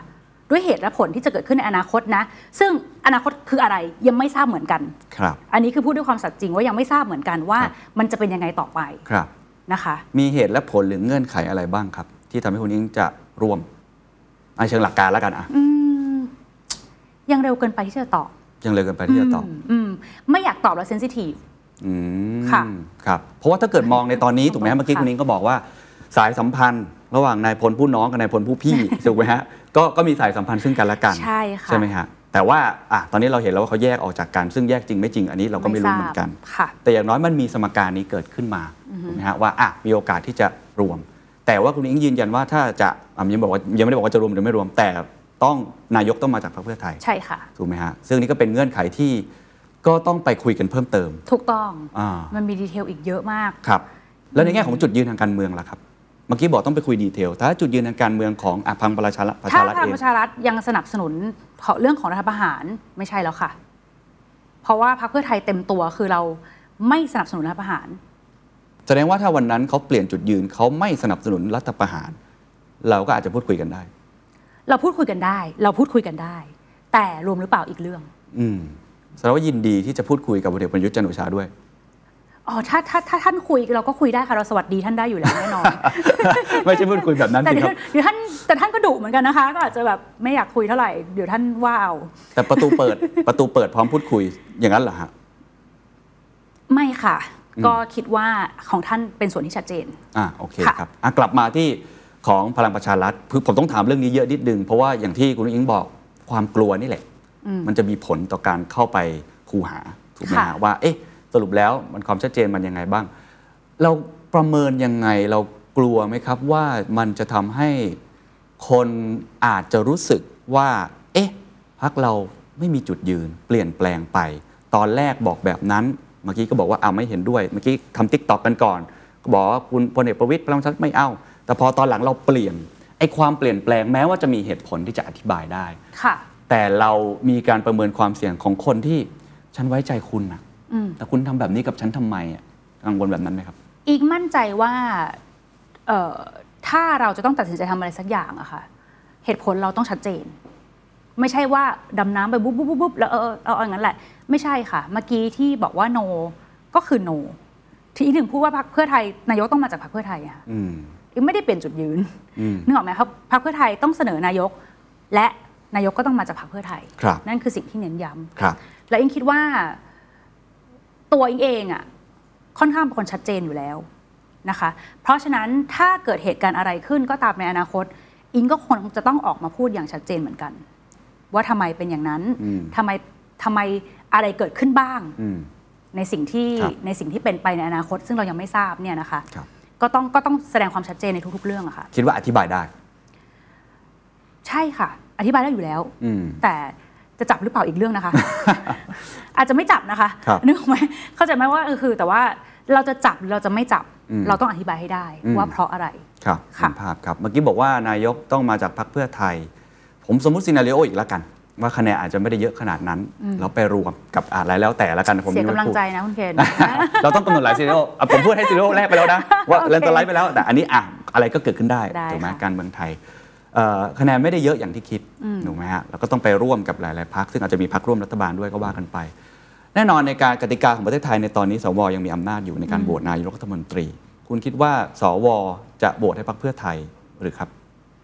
ด้วยเหตุและผลที่จะเกิดขึ้นในอนาคตนะซึ่งอนาคตคืออะไรยังไม่ทราบเหมือนกันครับอันนี้คือพูดด้วยความสัตย์จริงว่ายังไม่ทราบเหมือนกันว่ามันจะเป็นยังไงต่อไปครับนะคะมีเหตุและผลหรือเงื่อนไขอะไรบ้างครับที่ทำให้คุณอิงจะร่วมในเชิงหลักการแล้วกันอ่ะยังเร็วเกินไปที่จะตอบยังเร็วเกินไปที่จะตอบไม่อยากตอบแล้วเซนซิทีฟค่ะครับเพราะว่าถ้าเกิดมองในตอนนี้ถูกไหมเมื่อกี้คุณอิงก็บอกว่าสายสัมพันธ์ระหว่างนายพลผู้น้องกับนายพลผู้พี่ถูกไหมฮะก็ก็มีสายสัมพันธ์ซึ่งกันและกันใช่ค่ะใช่ไหมฮะแต่ว่าอ่ะตอนนี้เราเห็นแล้วว่าเขาแยกออกจากกันซึ่งแยกจริงไม่จริงอันนี้เราก็ไม่รู้เหมือนกันแต่อย่างน้อยมันมีสมการนี้เกิดขึ้นมาถูกไหมฮะว่าอ่ะมีโอกาสที่จะรวมแต่ว่าคุณอิงยืนยันว่าถ้าจะยังบอกว่ายังไม่ได้บอกว่าจะรวมหรือไม่รวมแต่ต้องนายกต้องมาจากพรรคเพื่อไทยใช่ค่ะถูกไหมฮะซึ่งนี่ก็เป็นเงื่อนไขที่ก็ต้องไปคุยกันเพิ่มเติมถูกต้องมันมีดีเทลอีกเยอะมากครับแล้วในแง่ของจุดยืนทางการเมืองล่ะครับเมื่อกี้บอกต้องไปคุยดีเทลถ้าจุดยืนทางการเมืองของพรรคประชารัฐเองถ้าพรรคประชารัฐยังสนับสนุนเรื่องของรัฐประหารไม่ใช่แล้วค่ะเพราะว่าพรรคเพื่อไทยเต็มตัวคือเราไม่สนับสนุนรัฐประหารแสดงว่าถ้าวันนั้นเขาเปลี่ยนจุดยืนเขาไม่สนับสนุนรัฐประหารเราก็อาจจะพูดคุยกันได้เราพูดคุยกันได้เราพูดคุยกันได้แต่รวมหรือเปล่าอีกเรื่องอืมแสดงว่ายินดีที่จะพูดคุยกับพลเอกประยุทธ์จันทร์โอชาด้วยอ๋อถ้าถ้าถ้าท่านคุยเราก็คุยได้ค่ะเราสวัสดีท่านได้อยู่แล้วแน่นอนไม่ใช่พูดคุยแบบนั้นสิครับเดี๋ยวท่านแต่ท่านก็ดุเหมือนกันนะคะก็อาจจะแบบไม่อยากคุยเท่าไหร่เดี๋ยวท่านว่าเอาแต่ประตูเปิด ประตูเปิดพร้อมพูดคุยอย่างนั้นเหรอฮะไม่ค่ะก็คิดว่าของท่านเป็นส่วนที่ชัดเจนอ่าโอเคครับอ่ะกลับมาที่ของพลังประชารัฐคือผมต้องถามเรื่องนี้เยอะนิดนึงเพราะว่าอย่างที่คุณอิงบอกความกลัวนี่แหละมันจะมีผลต่อการเข้าไปคูหาถูกไหมฮะว่าเอ๊ะสรุปแล้วมันความชัดเจนมันยังไงบ้างเราประเมินยังไงเรากลัวไหมครับว่ามันจะทำให้คนอาจจะรู้สึกว่าเอ๊ะพรรคเราไม่มีจุดยืนเปลี่ยนแปลงไปตอนแรกบอกแบบนั้นเมื่อกี้ก็บอกว่าเอาไม่เห็นด้วยเมื่อกี้ทำ TikTok กันก่อนก็บอกว่าคุณพลเอกประวิตรพลังประชารัฐไม่เอาแต่พอตอนหลังเราเปลี่ยนไอ้ความเปลี่ยนแปลงแม้ว่าจะมีเหตุผลที่จะอธิบายได้ค่ะแต่เรามีการประเมินความเสี่ยงของคนที่ฉันไว้ใจคุณนะแต่คุณทำแบบนี้กับฉันทำไมอ่ะกังวลแบบนั้นไหมครับอีกมั่นใจว่าเอ่อถ้าเราจะต้องตัดสินใจทำอะไรสักอย่างอะค่ะเหตุผลเราต้องชัดเจนไม่ใช่ว่าดำน้ำไปบุ๊บบุ๊บบุ๊บแล้วเออเอาอย่างนั้นแหละไม่ใช่ค่ะเมื่อกี้ที่บอกว่า no ก็คือ no ที่อีกหนึ่งพูดว่าพรรคเพื่อไทยนายกต้องมาจากพรรคเพื่อไทยอะอีกไม่ได้เปลี่ยนจุดยืนนึกออกไหมครับพรรคเพื่อไทยต้องเสนอนายกและนายกก็ต้องมาจากพรรคเพื่อไทยนั่นคือสิ่งที่เน้นย้ำและอิงคิดว่าตัวอิงเองอ่ะค่อนข้างเป็นคนชัดเจนอยู่แล้วนะคะเพราะฉะนั้นถ้าเกิดเหตุการณ์อะไรขึ้นก็ตามในอนาคตอิงก็คงจะต้องออกมาพูดอย่างชัดเจนเหมือนกันว่าทำไมเป็นอย่างนั้นทำไมทำไมอะไรเกิดขึ้นบ้างในสิ่งที่ในสิ่งที่เป็นไปในอนาคตซึ่งเรายังไม่ทราบเนี่ยนะคะก็ต้องก็ต้องแสดงความชัดเจนในทุกๆเรื่องอะค่ะคิดว่าอธิบายได้ใช่ค่ะอธิบายได้อยู่แล้วแต่จะจับหรือเปล่าอีกเรื่องนะคะ อาจจะไม่จับนะคะนึกออกไหมเข้าใจไหมว่าเออคือแต่ว่าเราจะจับเราจะไม่จับเราต้องอธิบายให้ได้ว่าเพราะอะไรครับเห็นภาพครับเมื่อกี้บอกว่านายกต้องมาจากพรรคเพื่อไทยผมสมมุติซีนาริโออีกแล้วกันว่าคะแนนอาจจะไม่ได้เยอะขนาดนั้นเราไปรวมกับอะไรแล้วแต่ละกันผมเสียกำลังใจนะคุณเคนเราต้องกำหนดหลายซีนาริโอผมพูดให้ซีนาริโอแรกไปแล้วนะว่าเล่นตัวไลฟ์ไปแล้วแต่อันนี้อ่ะอะไรก็เกิดขึ้นได้ถูกไหมการเมืองไทยคะแนนไม่ได้เยอะอย่างที่คิดถูกไหมฮะเราก็ต้องไปร่วมกับหลายๆพรรคซึ่งอาจจะมีพรรคร่วมรัฐบาลด้วยก็ว่ากันไปแน่นอนในการกติกาของประเทศไทยในตอนนี้สวยังมีอำนาจอยู่ในการโหวตนายกรัฐมนตรีคุณคิดว่าสวจะโหวตให้พรรคเพื่อไทยหรือครับ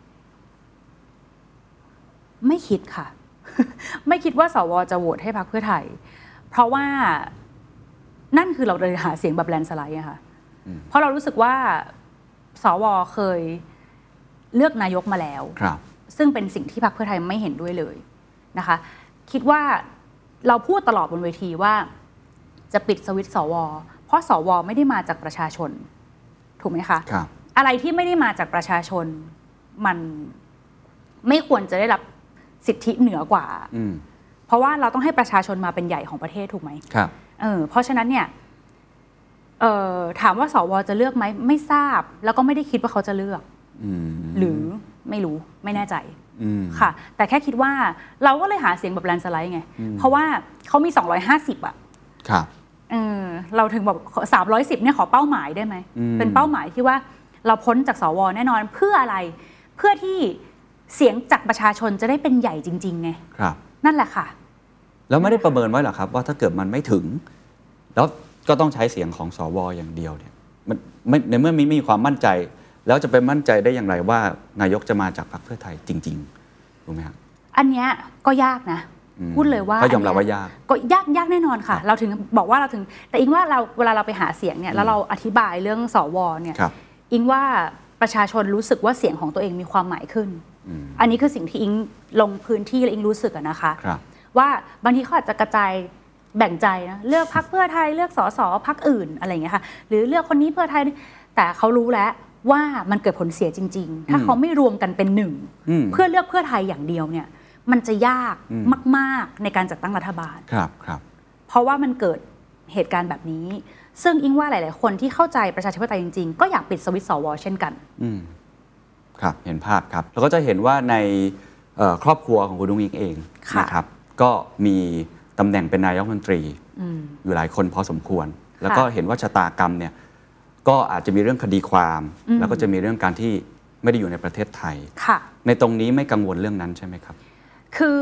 ไม่คิดค่ะ ไม่คิดว่าสวจะโหวตให้พรรคเพื่อไทยเพราะว่านั่นคือเราเลยหาเสียงแบบแลนด์สไลด์อะค่ะเพราะเรารู้สึกว่าสวเคยเลือกนายกมาแล้วซึ่งเป็นสิ่งที่พรรคเพื่อไทยไม่เห็นด้วยเลยนะคะคิดว่าเราพูดตลอดบนเวทีว่าจะปิดสวิตช์สวเพราะสวไม่ได้มาจากประชาชนถูกไหมคะอะไรที่ไม่ได้มาจากประชาชนมันไม่ควรจะได้รับสิทธิเหนือกว่าเพราะว่าเราต้องให้ประชาชนมาเป็นใหญ่ของประเทศถูกไหมครับเออเพราะฉะนั้นเนี่ยเอ่อถามว่าสวจะเลือกไหมไม่ทราบแล้วก็ไม่ได้คิดว่าเขาจะเลือกหรือไม่รู้ไม่แน่ใจค่ะแต่แค่คิดว่าเราก็เลยหาเสียงแบบแลนด์สไลด์ไงเพราะว่าเขามีสองร้อยห้าสิบอ่ะครับเออเราถึงบอกสามร้อยสิบเนี่ยขอเป้าหมายได้ไหมเป็นเป้าหมายที่ว่าเราพ้นจากสวแน่นอนเพื่ออะไรเพื่อที่เสียงจากประชาชนจะได้เป็นใหญ่จริงๆไงครับนั่นแหละค่ะแล้วไม่ได้ประเมินไว้หรอครับว่าถ้าเกิดมันไม่ถึงแล้วก็ต้องใช้เสียงของสวอย่างเดียวเนี่ยมันไม่ในเมื่อไม่มีความมั่นใจแล้วจะไปมั่นใจได้อย่างไรว่านายกจะมาจากพรรคเพื่อไทยจริงๆรู้ไหมครับอันเนี้ยก็ยากนะพูดเลยว่าเขายอมรับว่ายากก็ยากยากแน่นอนค่ะเราถึงบอกว่าเราถึงแต่อิงว่าเราเวลาเราไปหาเสียงเนี่ยแล้วเราอธิบายเรื่องสวเนี่ยอิงว่าประชาชนรู้สึกว่าเสียงของตัวเองมีความหมายขึ้นอันนี้คือสิ่งที่อิงลงพื้นที่และอิงรู้สึกนะคะว่าบางทีเขาอาจจะกระจายแบ่งใจนะเลือกพรรคเพื่อไทยเลือกสสพรรคอื่นอะไรอย่างเงี้ยค่ะหรือเลือกคนนี้เพื่อไทยแต่เขารู้แล้วว่ามันเกิดผลเสียจริงๆถ้าเขาไม่รวมกันเป็นหนึ่งเพื่อเลือกเพื่อไทยอย่างเดียวเนี่ยมันจะยากมากๆในการจัดตั้งรัฐบาลครับครับเพราะว่ามันเกิดเหตุการณ์แบบนี้ซึ่งอิงว่าหลายๆคนที่เข้าใจประชาธิปไตยจริงๆก็อยากปิดสวิตช์สวเช่นกันอืมครับเห็นภาพครับแล้วก็จะเห็นว่าในครอบครัวของคุณนุ้งอิงเองนะครับก็มีตำแหน่งเป็นนายกรัฐมนตรีอยู่หลายคนพอสมควรแล้วก็เห็นว่าชะตากรรมเนี่ยก็อาจจะมีเรื่องคดีความแล้วก็จะมีเรื่องการที่ไม่ได้อยู่ในประเทศไทยในตรงนี้ไม่กังวลเรื่องนั้นใช่ไหมครับคือ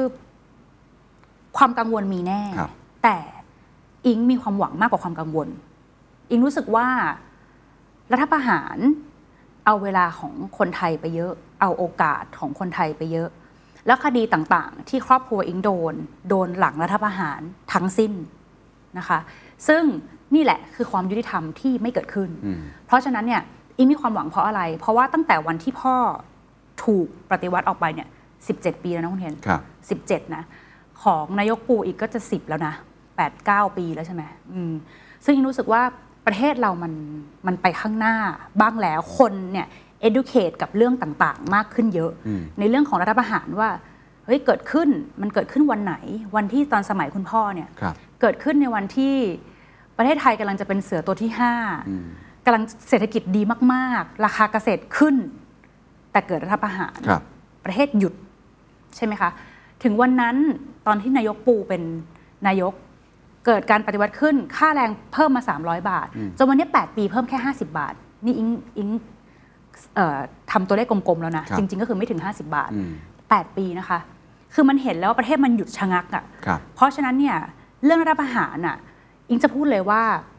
ความกังวลมีแน่แต่อิงมีความหวังมากกว่าความกังวลอิงรู้สึกว่ารัฐประหารเอาเวลาของคนไทยไปเยอะเอาโอกาสของคนไทยไปเยอะแล้วคดีต่างๆที่ครอบครัวอิงโดนโดนหลังรัฐประหารทั้งสิ้นนะคะซึ่งนี่แหละคือความยุติธรรมที่ไม่เกิดขึ้นเพราะฉะนั้นเนี่ยอิงมีความหวังเพราะอะไรเพราะว่าตั้งแต่วันที่พ่อถูกปฏิวัติออกไปเนี่ยสิบเจ็ดปีแล้วนะคุณเทนสิบเจ็ดนะของนายกปูอีกก็จะสิบแล้วนะแปด เก้าปีแล้วใช่ไหมอืมซึ่งอิงรู้สึกว่าประเทศเรามันมันไปข้างหน้าบ้างแล้วคนเนี่ย educate กับเรื่องต่างๆมากขึ้นเยอะในเรื่องของรัฐประหารว่าเฮ้ยเกิดขึ้นมันเกิดขึ้นวันไหนวันที่ตอนสมัยคุณพ่อเนี่ยเกิดขึ้นในวันที่ประเทศไทยกำลังจะเป็นเสือตัวที่ห้ากำลังเศรษฐกิจดีมากๆราคาเกษตรขึ้นแต่เกิดรัฐประหารประเทศหยุดใช่ไหมคะถึงวันนั้นตอนที่นายกปูเป็นนายกเกิดการปฏิวัติขึ้นค่าแรงเพิ่มมาสามร้อยบาทจนวันนี้แปดปีเพิ่มแค่ห้าสิบบาทนี่อิงอิงเอ่อทำตัวเลขกลมๆแล้วนะจริงๆก็คือไม่ถึงห้าสิบบาทแปดปีนะคะคือมันเห็นแล้วว่าประเทศมันหยุดชะงักอ่ะเพราะฉะนั้นเนี่ยเรื่องรัฐประหารอ่ะอิงจะพูดเลยว่า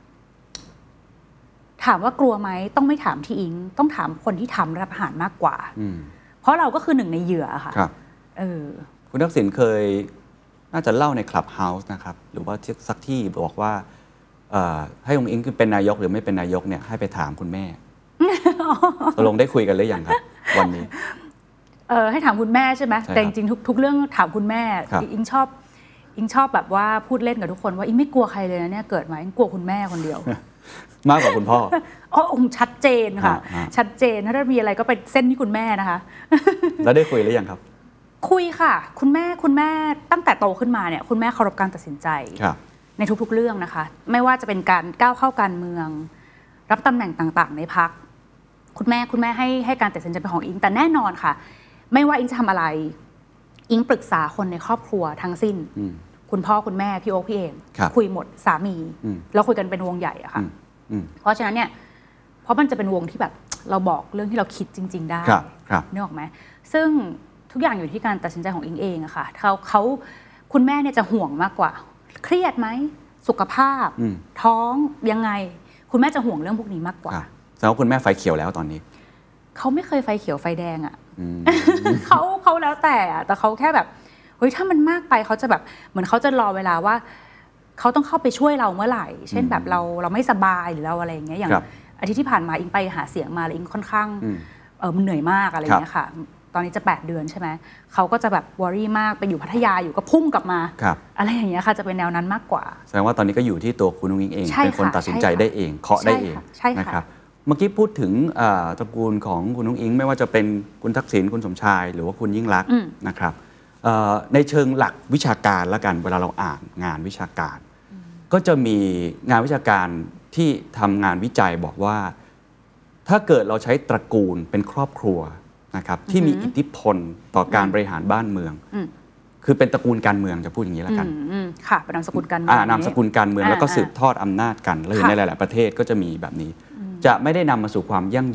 ถามว่ากลัวไหมต้องไม่ถามที่อิงต้องถามคนที่ทำรัฐประหารมากกว่าเพราะเราก็คือหนึ่งในเหยื่อค่ะเออคุณทักษิณเคยน่าจะเล่าในคลับเฮาส์นะครับหรือว่าสักที่บอกว่าให้องค์อิงเป็นนายกหรือไม่เป็นนายกเนี่ยให้ไปถามคุณแม่ตกลงได้คุยกันหรือยังครับวันนี้เออให้ถามคุณแม่ใช่ไหมแต่จริงๆทุกๆเรื่องถามคุณแม่อิงชอบอิงชอบแบบว่าพูดเล่นกับทุกคนว่าอิงไม่กลัวใครเลยนะเนี่ยเกิดมาอิงกลัวคุณแม่คนเดียวมากกว่าคุณพ่ออ๋อองค์ชัดเจนค่ะชัดเจนถ้ามีอะไรก็เป็นเส้นที่คุณแม่นะคะแล้วได้คุยหรือยังครับคุยค่ะคุณแม่คุณแม่ตั้งแต่โตขึ้นมาเนี่ยคุณแม่เคารพการตัดสินใจในทุกๆเรื่องนะคะไม่ว่าจะเป็นการก้าวเข้าการเมืองรับตำแหน่งต่างๆในพรรคคุณแม่คุณแม่ให้ให้การตัดสินใจเป็นของอิงแต่แน่นอนค่ะไม่ว่าอิงจะทำอะไรอิงปรึกษาคนในครอบครัวทั้งสิ้นคุณพ่อคุณแม่พี่โอ๊คพี่เองคุยหมดสามีเราคุยกันเป็นวงใหญ่อะค่ะเพราะฉะนั้นเนี่ยเพราะมันจะเป็นวงที่แบบเราบอกเรื่องที่เราคิดจริงๆได้นึกออกไหมซึ่งทุกอย่างอยู่ที่การตัดสินใจของอิงเองอะค่ะเขาเขาคุณแม่เนี่ยจะห่วงมากกว่าเครียดไหมสุขภาพท้องยังไงคุณแม่จะห่วงเรื่องพวกนี้มากกว่าแสดงว่าคุณแม่ไฟเขียวแล้วตอนนี้เขาไม่เคยไฟเขียวไฟแดงอะเขาเขาแล้วแต่แต่เขาแค่แบบเฮ้ยถ้ามันมากไปเขาจะแบบเหมือนเขาจะรอเวลาว่าเขาต้องเข้าไปช่วยเราเมื่อไหร่เช่นแบบเราเราไม่สบายหรือเราอะไรอย่างเงี้ยอย่างอาทิตย์ที่ผ่านมาอิงไปหาเสียงมาแล้วอิงค่อนข้างเออมันเหนื่อยมากอะไรอย่างเงี้ยค่ะตอนนี้จะแปดเดือนใช่ไหมเขาก็จะแบบวอรี่มากไปอยู่พัทยาอยู่ก็พุ่งกลับมาอะไรอย่างเงี้ยค่ะจะเป็นแนวนั้นมากกว่าแสดงว่าตอนนี้ก็อยู่ที่ตัวคุณนุ้งอิงเองเป็นคนตัดสินใจได้เองเคาะได้เองนะครับเมื่อกี้พูดถึงตระกูลของคุณนุ้งอิงไม่ว่าจะเป็นคุณทักษิณคุณสมชายหรือว่าคุณยิ่งลักษณ์นะครับในเชิงหลักวิชาการละกันเวลาเราอ่านงานวิชาการก็จะมีงานวิชาการที่ทำงานวิจัยบอกว่าถ้าเกิดเราใช้ตระกูลเป็นครอบครัวนะครับที่มีอิทธิพลต่อการบริหารบ้านเมืองคือเป็นตระกูลการเมืองจะพูดอย่างนี้แล้วกันค่ะเป็นนามสกุลการเมืองนามสกุลการเมืองแล้วก็สืบทอดอำนาจกันแล้วในหลายๆประเทศก็จะมีแบบนี้จะไม่ได้นำมาสู่ความยั่งยืน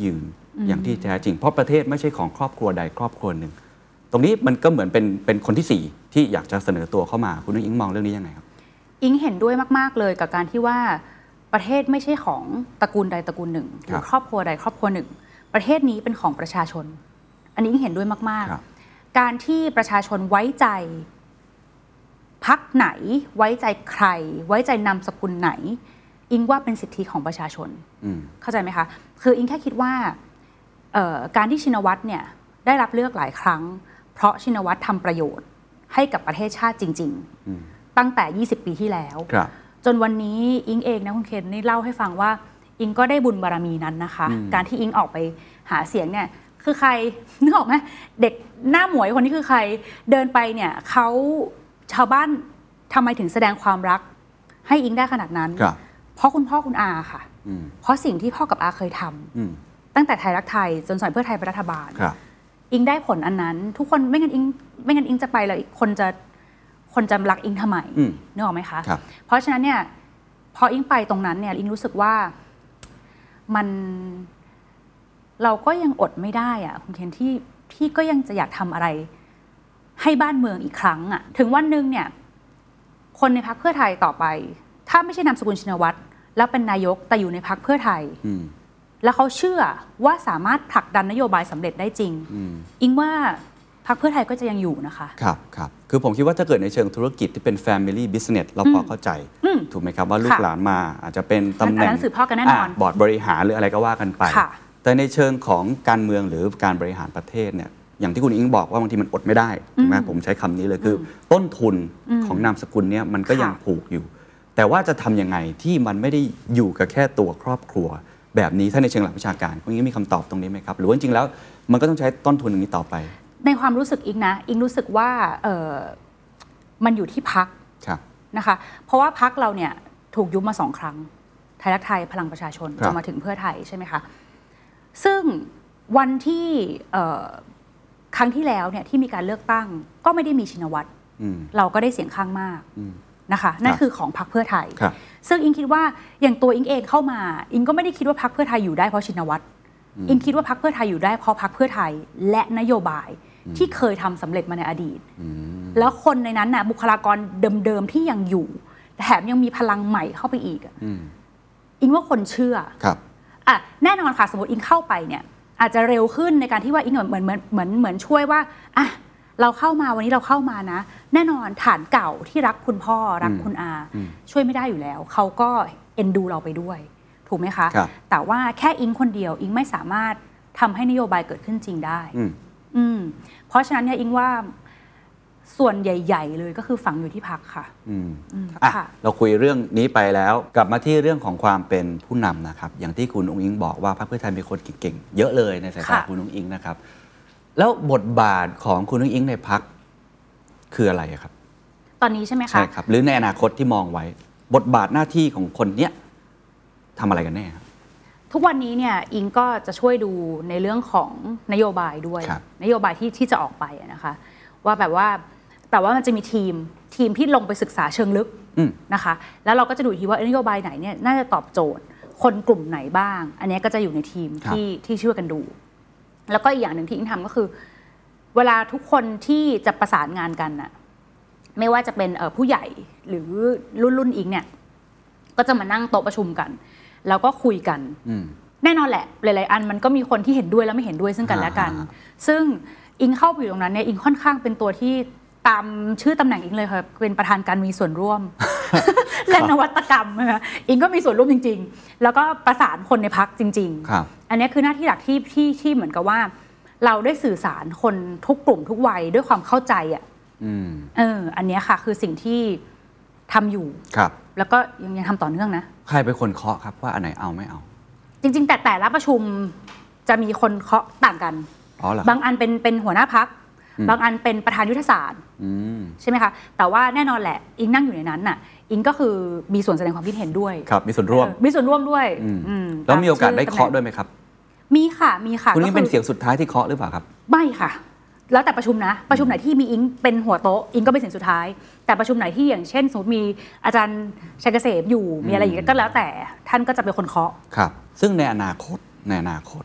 อย่างที่แท้จริงเพราะประเทศไม่ใช่ของครอบครัวใดครอบครัวหนึ่งตรงนี้มันก็เหมือนเป็นเป็นคนที่สี่ที่อยากจะเสนอตัวเข้ามาคุณนุ้ยอิงมองเรื่องนี้ยังไงครับอิงเห็นด้วยมากๆเลยกับการที่ว่าประเทศไม่ใช่ของตระกูลใดตระกูลหนึ่งหรือครอบครัวใดครอบครัวหนึ่งประเทศนี้เป็นของประชาชนอันนี้อิงเห็นด้วยมากๆการที่ประชาชนไว้ใจพรรคไหนไว้ใจใครไว้ใจนามสกุลไหนอิงว่าเป็นสิทธิของประชาชนเข้าใจไหมคะคืออิงแค่คิดว่าการที่ชินวัตรเนี่ยได้รับเลือกหลายครั้งเพราะชินวัตรทำประโยชน์ให้กับประเทศชาติจริงๆตั้งแต่ยี่สิบปีที่แล้วจนวันนี้อิงเองนะคุณเคนนี่เล่าให้ฟังว่าอิงก็ได้บุญบารมีนั้นนะคะการที่อิงออกไปหาเสียงเนี่ยคือใครนึกออกไหมเด็กหน้าหมวยคนนี้คือใครเดินไปเนี่ยเขาชาวบ้านทำไมถึงแสดงความรักให้อิงได้ขนาดนั้นเพราะคุณพ่อคุณอาค่ะเพราะสิ่งที่พ่อกับอาเคยทำตั้งแต่ไทยรักไทยจนสมัยเพื่อไทยเป็นรัฐบาลอิงได้ผลอันนั้นทุกคนไม่งั้นอิงไม่งั้นอิงจะไปแล้วคนจะคนจะรักอิงทำไมนึกออกไหมคะเพราะฉะนั้นเนี่ยพออิงไปตรงนั้นเนี่ยอิงรู้สึกว่ามันเราก็ยังอดไม่ได้อะคุณเคนที่ที่ก็ยังจะอยากทำอะไรให้บ้านเมืองอีกครั้งอะถึงวันหนึ่งเนี่ยคนในพรรคเพื่อไทยต่อไปถ้าไม่ใช่นามสกุลชินวัตรแล้วเป็นนายกแต่อยู่ในพรรคเพื่อไทยแล้วเขาเชื่อว่าสามารถผลักดันนโยบายสำเร็จได้จริงอิงว่าพรรคเพื่อไทยก็จะยังอยู่นะคะครับครับคือผมคิดว่าถ้าเกิดในเชิงธุรกิจที่เป็น family business เราพอเข้าใจถูกไหมครับว่าลูกหลานมาอาจจะเป็นตำแหน่งสืบทอดกันแน่นอนบอร์ดบริหารหรืออะไรก็ว่ากันไปแต่ในเชิงของการเมืองหรือการบริหารประเทศเนี่ยอย่างที่คุณอิงบอกว่าบางทีมันอดไม่ได้ถูกไหมผมใช้คำนี้เลยคือต้นทุนของนามสกุลเนี่ยมันก็ยังผูกอยู่แต่ว่าจะทำยังไงที่มันไม่ได้อยู่กับแค่ตัวครอบครัวแบบนี้ถ้าในเชิงหลักวิชาการคุณอิงมีคำตอบตรงนี้ไหมครับหรือว่าจริงๆแล้วมันก็ต้องใช้ต้นทุนอย่างนี้ต่อไปในความรู้สึกอิงนะอิงรู้สึกว่าเออมันอยู่ที่พรรคนะคะเพราะว่าพรรคเราเนี่ยถูกยุบมาสองครั้งไทยรักไทยพลังประชาชนจนมาถึงเพื่อไทยใช่ไหมคะซึ่งวันที่ครั้งที่แล้วเนี่ยที่มีการเลือกตั้งก็ไม่ได้มีชินวัตรเราก็ได้เสียงข้างมากนะคะนั่นคือของพรรคเพื่อไทยซึ่งอิงคิดว่าอย่างตัวอิงเองเข้ามาอิงก็ไม่ได้คิดว่าพรรคเพื่อไทยอยู่ได้เพราะชินวัตรอิงคิดว่าพรรคเพื่อไทยอยู่ได้เพราะพรรคเพื่อไทยและนโยบายที่เคยทำสำเร็จมาในอดีตแล้วคนในนั้นน่ะบุคลากรเดิมๆที่ยังอยู่แถมยังมีพลังใหม่เข้าไปอีกอิงว่าคนเชื่ออ่ะแน่นอนค่ะสมมติอิงเข้าไปเนี่ยอาจจะเร็วขึ้นในการที่ว่าอิงเหมือนเหมือนเหมือนเหมือนช่วยว่าอ่ะเราเข้ามาวันนี้เราเข้ามานะแน่นอนฐานเก่าที่รักคุณพ่อรักคุณอาช่วยไม่ได้อยู่แล้วเขาก็เอ็นดูเราไปด้วยถูกไหมคะแต่ว่าแค่อิงคนเดียวอิงไม่สามารถทำให้นโยบายเกิดขึ้นจริงได้อืมเพราะฉะนั้นเนี่ยอิงว่าส่วนใหญ่ๆเลยก็คือฝังอยู่ที่พรรคค่ะอืมอ่ะเราคุยเรื่องนี้ไปแล้วกลับมาที่เรื่องของความเป็นผู้นำนะครับอย่างที่คุณอุ้งอิงบอกว่าพรรคเพื่อไทยมีคนเก่งๆเยอะเลยในสายตาคุณอุ้งอิงนะครับแล้วบทบาทของคุณอุ้งอิงในพรรคคืออะไรครับตอนนี้ใช่ไหมคะใช่ครับหรือในอนาคตที่มองไว้บทบาทหน้าที่ของคนเนี้ยทำอะไรกันแน่ครับทุกวันนี้เนี่ยอิงก็จะช่วยดูในเรื่องของนโยบายด้วยนโยบายที่ที่จะออกไปนะคะว่าแบบว่าแต่ว่ามันจะมีทีมทีมที่ลงไปศึกษาเชิงลึกนะคะแล้วเราก็จะดูทีว่านโยบายไหนเนี่ยน่าจะตอบโจทย์คนกลุ่มไหนบ้างอันนี้ก็จะอยู่ในทีมที่ที่ช่วยกันดูแล้วก็อีกอย่างหนึ่งที่อิงทำก็คือเวลาทุกคนที่จะประสานงานกันน่ะไม่ว่าจะเป็นผู้ใหญ่หรือรุ่นรุ่นอิงเนี่ยก็จะมานั่งโต๊ะประชุมกันแล้วก็คุยกันแน่นอนแหละหลายๆอันมันก็มีคนที่เห็นด้วยและไม่เห็นด้วยซึ่งกันและกันซึ่งอิงเข้าไปอยู่ตรงนั้นเนี่ยอิงค่อนข้างเป็นตัวที่ตามชื่อตำแหน่งอิงเลยค่ะเป็นประธานการมีส่วนร่วม และนวัตกรรมนะคะอิงก็มีส่วนร่วมจริงๆแล้วก็ประสานคนในพรรคจริงๆอันนี้คือหน้าที่หลักที่ที่ที่เหมือนกับว่าเราได้สื่อสารคนทุกกลุ่มทุกวัยด้วยความเข้าใจอ่ะเอออันนี้ค่ะคือสิ่งที่ทำอยู่แล้วก็ยังยังทำต่อเนื่องนะใครเป็นคนเคาะครับว่าอันไหนเอาไม่เอาจริงๆแต่แต่ละประชุมจะมีคนเคาะต่างกันบางอันเป็นเป็นหัวหน้าพรรคบางอันเป็นประธานยุทธศาสตร์ใช่ไหมคะแต่ว่าแน่นอนแหละอิงนั่งอยู่ในนั้นน่ะอิงก็คือมีส่วนแสดงความคิดเห็นด้วยครับมีส่วนร่วมมีส่วนร่วมด้วยแล้วมีโอกาสได้เคาะด้วยไหมครับมีค่ะมีค่ะคุณนี่เป็นเสียงสุดท้ายที่เคาะหรือเปล่าครับไม่ค่ะแล้วแต่ประชุมนะประชุมไหนที่มีอิงเป็นหัวโต๊ะอิงก็เป็นเสียงสุดท้ายแต่ประชุมไหนที่อย่างเช่นสมมติมีอาจารย์ชัยเกษมอยู่มีอะไรอย่างเงี้ยก็แล้วแต่ท่านก็จะเป็นคนเคาะครับซึ่งในอนาคตในอนาคต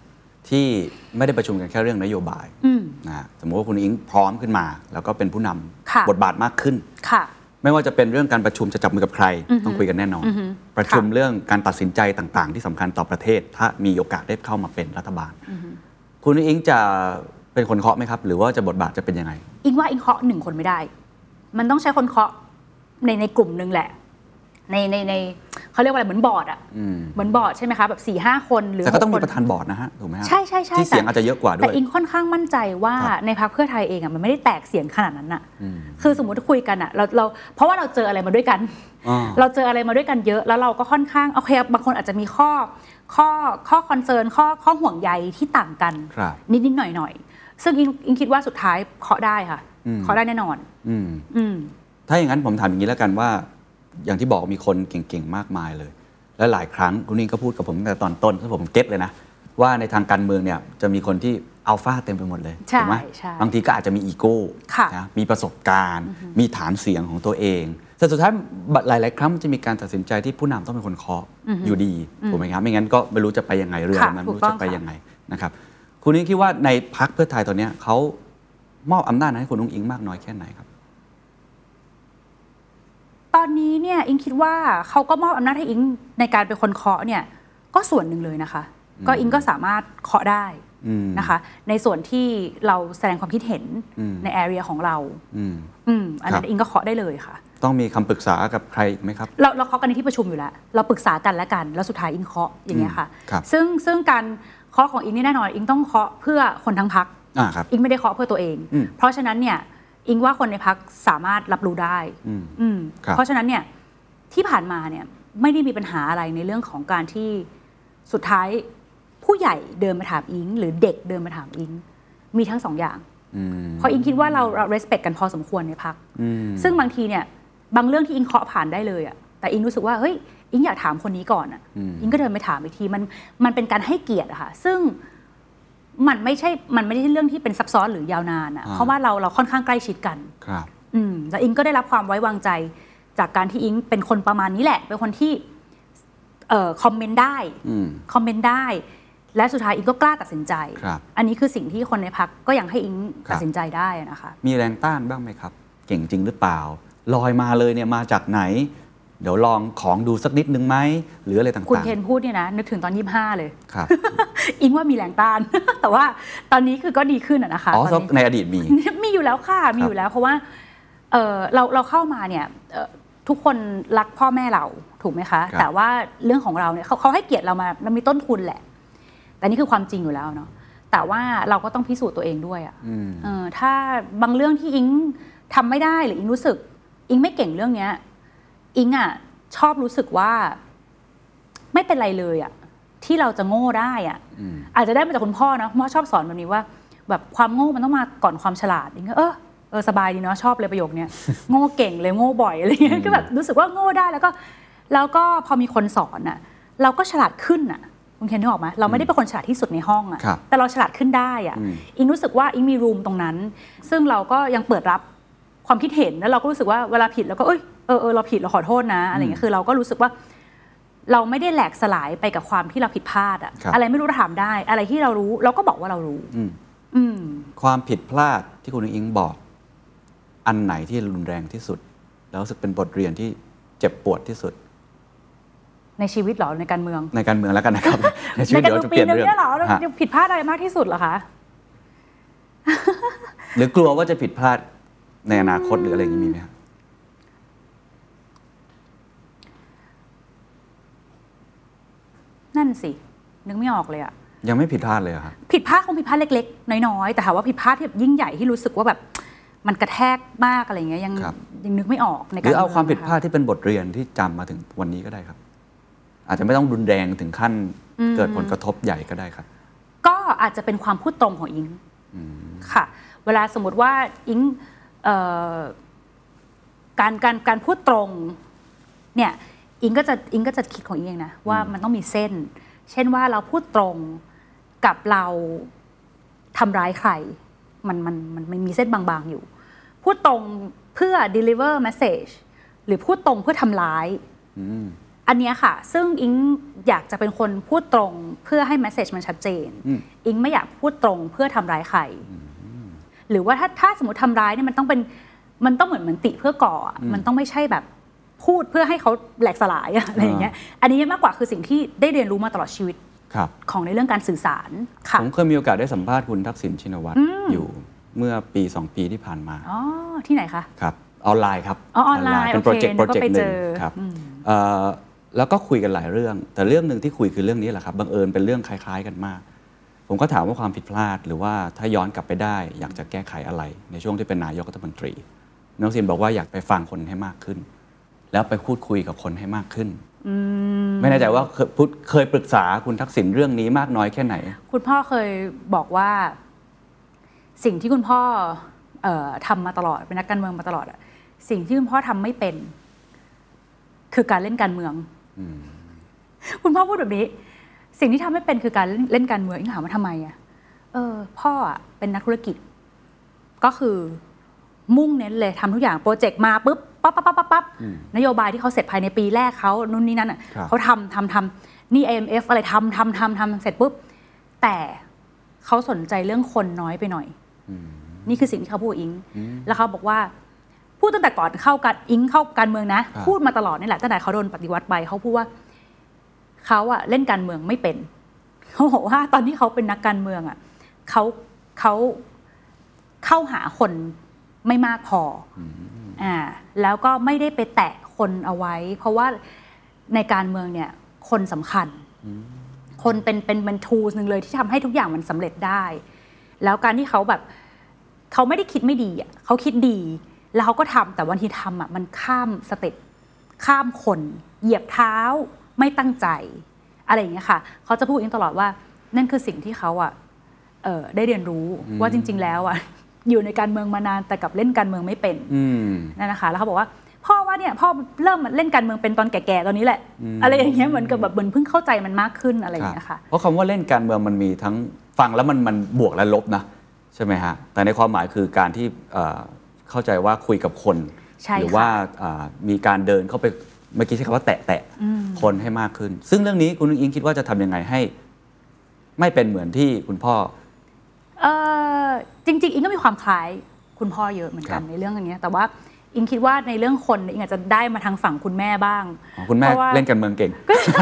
ที่ไม่ได้ประชุมกันแค่เรื่องนโยบายนะสมมติว่าคุณอิงพร้อมขึ้นมาแล้วก็เป็นผู้นำบทบาทมากขึ้นไม่ว่าจะเป็นเรื่องการประชุมจะจับมือกับใครต้องคุยกันแน่นอนประชุมเรื่องการตัดสินใจต่างๆที่สำคัญต่อประเทศถ้ามีโอกาสได้เข้ามาเป็นรัฐบาลคุณอิงจะเป็นคนเคาะไหมครับหรือว่าจะบทบาทจะเป็นยังไงอิงว่าอิงเคาะหนึ่งคนไม่ได้มันต้องใช้คนเคาะในในกลุ่มนึงแหละในในในเขาเรียกว่าอะไรเหมือนบอร์ดอ่ะเหมือนบอร์ดใช่ไหมคะแบบ สี่ห้า คนหรือแต่ก็ต้องมีประธานบอร์ดนะฮะถูกไหมใช่ใช่ใช่ที่เสียงอาจจะเยอะกว่าด้วยแต่อิงค่อนข้างมั่นใจว่าในพรรคเพื่อไทยเองอ่ะมันไม่ได้แตกเสียงขนาดนั้นอ่ะคือสมมติคุยกันอ่ะเราเราเพราะว่าเราเจออะไรมาด้วยกันเราเจออะไรมาด้วยกันเยอะแล้วเราก็ค่อนข้างโอเคบางคนอาจจะมีข้อข้อข้อคอนเซิร์นข้อข้อห่วงใยที่ต่างกันนิดนิดหน่อยหน่อยซึ่งอิงอิงคิดว่าสุดท้ายเคาะได้ค่ะเคาะได้แน่นอนถ้าอย่างนั้นผมถามอย่างนี้แล้วกันว่าอย่างที่บอกมีคนเก่งๆมากมายเลยและหลายครั้งคุณนิ่งก็พูดกับผมตั้งแต่ตอนต้นซึ่งผมเก็ตเลยนะว่าในทางการเมืองเนี่ยจะมีคนที่อัลฟาเต็มไปหมดเลยถูกไหมบางทีก็อาจจะมีอีโก้นะมีประสบการณ์มีฐานเสียงของตัวเองแต่สุดท้ายหลายๆครั้งจะมีการตัดสินใจที่ผู้นำต้องเป็นคนเคาะอยู่ดีถูกไหมครับไม่งั้นก็ไม่รู้จะไปยังไงเรื่องนั้นไม่รู้จะไปยังไงนะครับคุณนิ่งคิดว่าในพรรคเพื่อไทยตอนนี้เขามอบอำนาจให้คุณนุ้งอิงมากน้อยแค่ไหนครับตอนนี้เนี่ยอิงคิดว่าเขาก็มอบอำนาจให้อิงในการเป็นคนเคาะเนี่ยก็ส่วนหนึ่งเลยนะคะก็อิงก็สามารถเคาะได้นะคะในส่วนที่เราแสดงความคิดเห็นในแอเรียของเราอันนั้นอิงก็เคาะได้เลยค่ะต้องมีคำปรึกษากับใครไหมครับเราเราเคาะกันในที่ประชุมอยู่แล้วเราปรึกษากันและกันแล้วสุดท้ายอิงเคาะอย่างเงี้ยค่ะซึ่งซึ่งการเคาะของอิงนี่แน่นอนอิงต้องเคาะเพื่อคนทั้งพรรคอิงไม่ได้เคาะเพื่อตัวเองเพราะฉะนั้นเนี่ยอิงว่าคนในพรรคสามารถรับรู้ได้เพราะฉะนั้นเนี่ยที่ผ่านมาเนี่ยไม่ได้มีปัญหาอะไรในเรื่องของการที่สุดท้ายผู้ใหญ่เดินมาถามอิงหรือเด็กเดินมาถามอิงมีทั้งสองอย่างเพราะอิงคิดว่าเราเรา respect กันพอสมควรในพรรคซึ่งบางทีเนี่ยบางเรื่องที่อิงเคาะผ่านได้เลยอะแต่อิงรู้สึกว่าเฮ้ยอิงอยากถามคนนี้ก่อนอะอิงก็เดินไปถามอีกทีมันมันเป็นการให้เกียรติอะค่ะซึ่งมันไม่ใช่มันไม่ใช่เรื่องที่เป็นซับซ้อนหรือยาวนานอ่ะเพราะว่าเราเราค่อนข้างใกล้ชิดกันครับอืมแล้วอิงก็ได้รับความไว้วางใจจากการที่อิงเป็นคนประมาณนี้แหละเป็นคนที่เอ่อคอมเมนต์ได้คอมเมนต์ได้และสุดท้ายอิงก็กล้าตัดสินใจอันนี้คือสิ่งที่คนในพรรคก็ยังให้อิงตัดสินใจได้นะคะมีแรงต้านบ้างไหมครับเก่งจริงหรือเปล่าลอยมาเลยเนี่ยมาจากไหนเดี๋ยวลองของดูสักนิดนึงไหมหรืออะไรต่างๆคุณเทนพูดเนี่ยนะนึกถึงตอนยี่สิบห้าเลยครับอิงว่ามีแรงต้าน แต่ว่าตอนนี้คือก็ดีขึ้นนะคะอ๋อในอดีตมีมีอยู่แล้วค่ะมีอยู่แล้วเพราะว่าเออเราเราเข้ามาเนี่ยทุกคนรักพ่อแม่เราถูกไหมคะแต่ว่าเรื่องของเราเนี่ยเขาเขาให้เกียรติเรามาเรามีต้นทุนแหละแต่นี่คือความจริงอยู่แล้วเนาะแต่ว่าเราก็ต้องพิสูจน์ตัวเองด้วยอ่ะเออถ้าบางเรื่องที่อิงทำไม่ได้หรืออิงรู้สึกอิงไม่เก่งเรื่องเนี้ยอิงอ่ะชอบรู้สึกว่าไม่เป็นไรเลยอ่ะที่เราจะโง่ได้อ่ะอาจจะได้มาจากคุณพ่อนะพ่อชอบสอนแบบนี้ว่าแบบความโง่มันต้องมาก่อนความฉลาดอิงก็เออเออสบายดีเนาะชอบเลยประโยคเนี้ยโง่เก่งเลยโง่บ่อยอะไรเงี้ยก็แบบรู้สึกว่าโง่ได้แล้วก็แล้วก็พอมีคนสอนอ่ะเราก็ฉลาดขึ้นอ่ะคุณเคนนึกออกไหมเราไม่ได้เป็นคนฉลาดที่สุดในห้องอ่ะแต่เราฉลาดขึ้นได้อ่ะอิงรู้สึกว่าอิงมีรูมตรงนั้นซึ่งเราก็ยังเปิดรับความคิดเห็นแล้วเราก็รู้สึกว่าเวลาผิดเราก็เอ้ยเออเออเราผิดเราขอโทษนะอะไรเงี้ยคือเราก็รู้สึกว่าเราไม่ได้แหลกสลายไปกับความที่เราผิดพลาดอะอะไรไม่รู้เราถามได้อะไรที่เรารู้เราก็บอกว่าเรารู้ความผิดพลาดที่คุณอิงบอกอันไหนที่รุนแรงที่สุดแล้วรู้สึกเป็นบทเรียนที่เจ็บปวดที่สุดในชีวิตหรอในการเมืองในการเมืองแล้วกันนะครับในชีวิตเดี๋ยวจะเปลี่ยนเรื่องหรอผิดพลาดอะไรมากที่สุดเหรอคะหรือกลัวว่าจะผิดพลาดในอนาคตหรืออะไรอย่างนี้มีไหมครับนั่นสินึกไม่ออกเลยอะยังไม่ผิดพลาดเลยครับผิดพลาดคงผิดพลาดเล็กๆน้อยๆแต่ถามว่าผิดพลาดที่แบบยิ่งใหญ่ที่รู้สึกว่าแบบมันกระแทกมากอะไรเงี้ยยังยังนึกไม่ออกในการหรือเอาความผิดพลาดที่เป็นบทเรียนที่จำมาถึงวันนี้ก็ได้ครับอาจจะไม่ต้องรุนแรงถึงขั้นเกิดผลกระทบใหญ่ก็ได้ครับก็อาจจะเป็นความพูดตรงของอิงค่ะเวลาสมมติว่าอิงการการการพูดตรงเนี่ยอิงก็จะอิงก็จะคิดของอิงเองนะว่ามันต้องมีเส้นเช่นว่าเราพูดตรงกับเราทำร้ายใครมันมันมันมีเส้นบางๆอยู่พูดตรงเพื่อ deliver message หรือพูดตรงเพื่อทำร้ายอันเนี้ยค่ะซึ่งอิงอยากจะเป็นคนพูดตรงเพื่อให้แมสเสจมันชัดเจนอิงไม่อยากพูดตรงเพื่อทำร้ายใครหรือว่าถ้าถ้าสมมติทำร้ายเนี่ยมันต้องเป็นมันต้องเหมือนเหมือนติเพื่อก่อมันต้องไม่ใช่แบบพูดเพื่อให้เขาแหลกสลายอะไรอย่างเงี้ยอันนี้มากกว่าคือสิ่งที่ได้เรียนรู้มาตลอดชีวิตของในเรื่องการสื่อสารค่ะผมเคยมีโอกาสได้สัมภาษณ์คุณทักษิณชินวัตรอยู่เมื่อปีสองปีที่ผ่านมาอ๋อที่ไหนคะครับออนไลน์ครับออนไลน์เป็นโปรเจกต์โปรเจกต์หนึ่งครับแล้วก็คุยกันหลายเรื่องแต่เรื่องหนึ่งที่คุยคือเรื่องนี้แหละครับบังเอิญเป็นเรื่องคล้ายๆกันมากผมก็ถามว่าความผิดพลาดหรือว่าถ้าย้อนกลับไปได้อยากจะแก้ไขอะไรในช่วงที่เป็นนายกรัฐมนตรีน้องซินบอกว่าอยากไปฟังคนให้มากขึ้นแล้วไปพูดคุยกับคนให้มากขึ้นไม่แน่ใจว่าเคยปรึกษาคุณทักษิณเรื่องนี้มากน้อยแค่ไหนคุณพ่อเคยบอกว่าสิ่งที่คุณพ่อเอ่อทำมาตลอดเป็นนักการเมืองมาตลอดอะสิ่งที่คุณพ่อทำไม่เป็นคือการเล่นการเมืองคุณพ่อพูดแบบนี้สิ่งที่ทำไม่เป็นคือการเล่นการเมืองอิงถามว่าทำไมอะเออพ่ออะเป็นนักธุรกิจก็คือมุ่งเน้นเลยทำทุกอย่างโปรเจกต์มาปุ๊บปั๊บปั๊บปั๊บปั๊บนโยบายที่เขาเสร็จภายในปีแรกเขานู่นนี่นั่นอ่ะเขาทำทำทำนี่ ไอ เอ็ม เอฟ อะไรทำทำทำทำเสร็จปุ๊บแต่เขาสนใจเรื่องคนน้อยไปหน่อยนี่คือสิ่งที่เขาพูดอิงแล้วเขาบอกว่าพูดตั้งแต่ก่อนเข้าการอิงเข้าการเมืองนะพูดมาตลอดนี่แหละตั้งแต่เขาโดนปฏิวัติไปเขาพูดว่าเขาอะเล่นการเมืองไม่เป็นเขาบอกว่าตอนที่เขาเป็นนักการเมืองอะเขาเขาเข้าหาคนไม่มากพออ่าแล้วก็ไม่ได้ไปแตะคนเอาไว้เพราะว่าในการเมืองเนี่ยคนสำคัญคนเป็นเป็นเป็นทูลนึงเลยที่ทำให้ทุกอย่างมันสำเร็จได้แล้วการที่เขาแบบเขาไม่ได้คิดไม่ดีอ่ะเขาคิดดีแล้วเขาก็ทำแต่วันที่ทำอ่ะมันข้ามสเต็ปข้ามคนเหยียบเท้าไม่ตั้งใจอะไรอย่างเงี้ยค่ะเขาจะพูดเองตลอดว่านั่นคือสิ่งที่เขาอ่ะเออได้เรียนรู้ว่าจริงๆแล้วอ่ะอยู่ในการเมืองมานานแต่กับเล่นการเมืองไม่เป็นนั่นนะคะแล้วเขาบอกว่าพ่อว่าเนี่ยพ่อเริ่มเล่นการเมืองเป็นตอนแก่ๆตอนนี้แหละ อ, อะไรอย่างเงี้ยเหมือนกับแบบเหมือนเพิ่งเข้าใจมันมากขึ้นอะไรอย่างเงี้ยค่ะเพราะคำว่าเล่นการเมืองมันมีทั้งฟังแล้วมันมันบวกและลบนะใช่ไหมฮะแต่ในความหมายคือการที่เข้าใจว่าคุยกับคนหรือว่ามีการเดินเข้าไปเมื่อกี้ใช้คำว่าแตะแตะคนให้มากขึ้นซึ่งเรื่องนี้คุณอิงคิดว่าจะทำยังไงให้ไม่เป็นเหมือนที่คุณพ่อเออจริงๆอิงก็มีความคล้ายคุณพ่อเยอะเหมือนกันในเรื่องอย่างเงี้ยแต่ว่าอิงคิดว่าในเรื่องคนอิงอาจจะได้มาทางฝั่งคุณแม่บ้างคุณแม่เล่นการเมืองเก่ง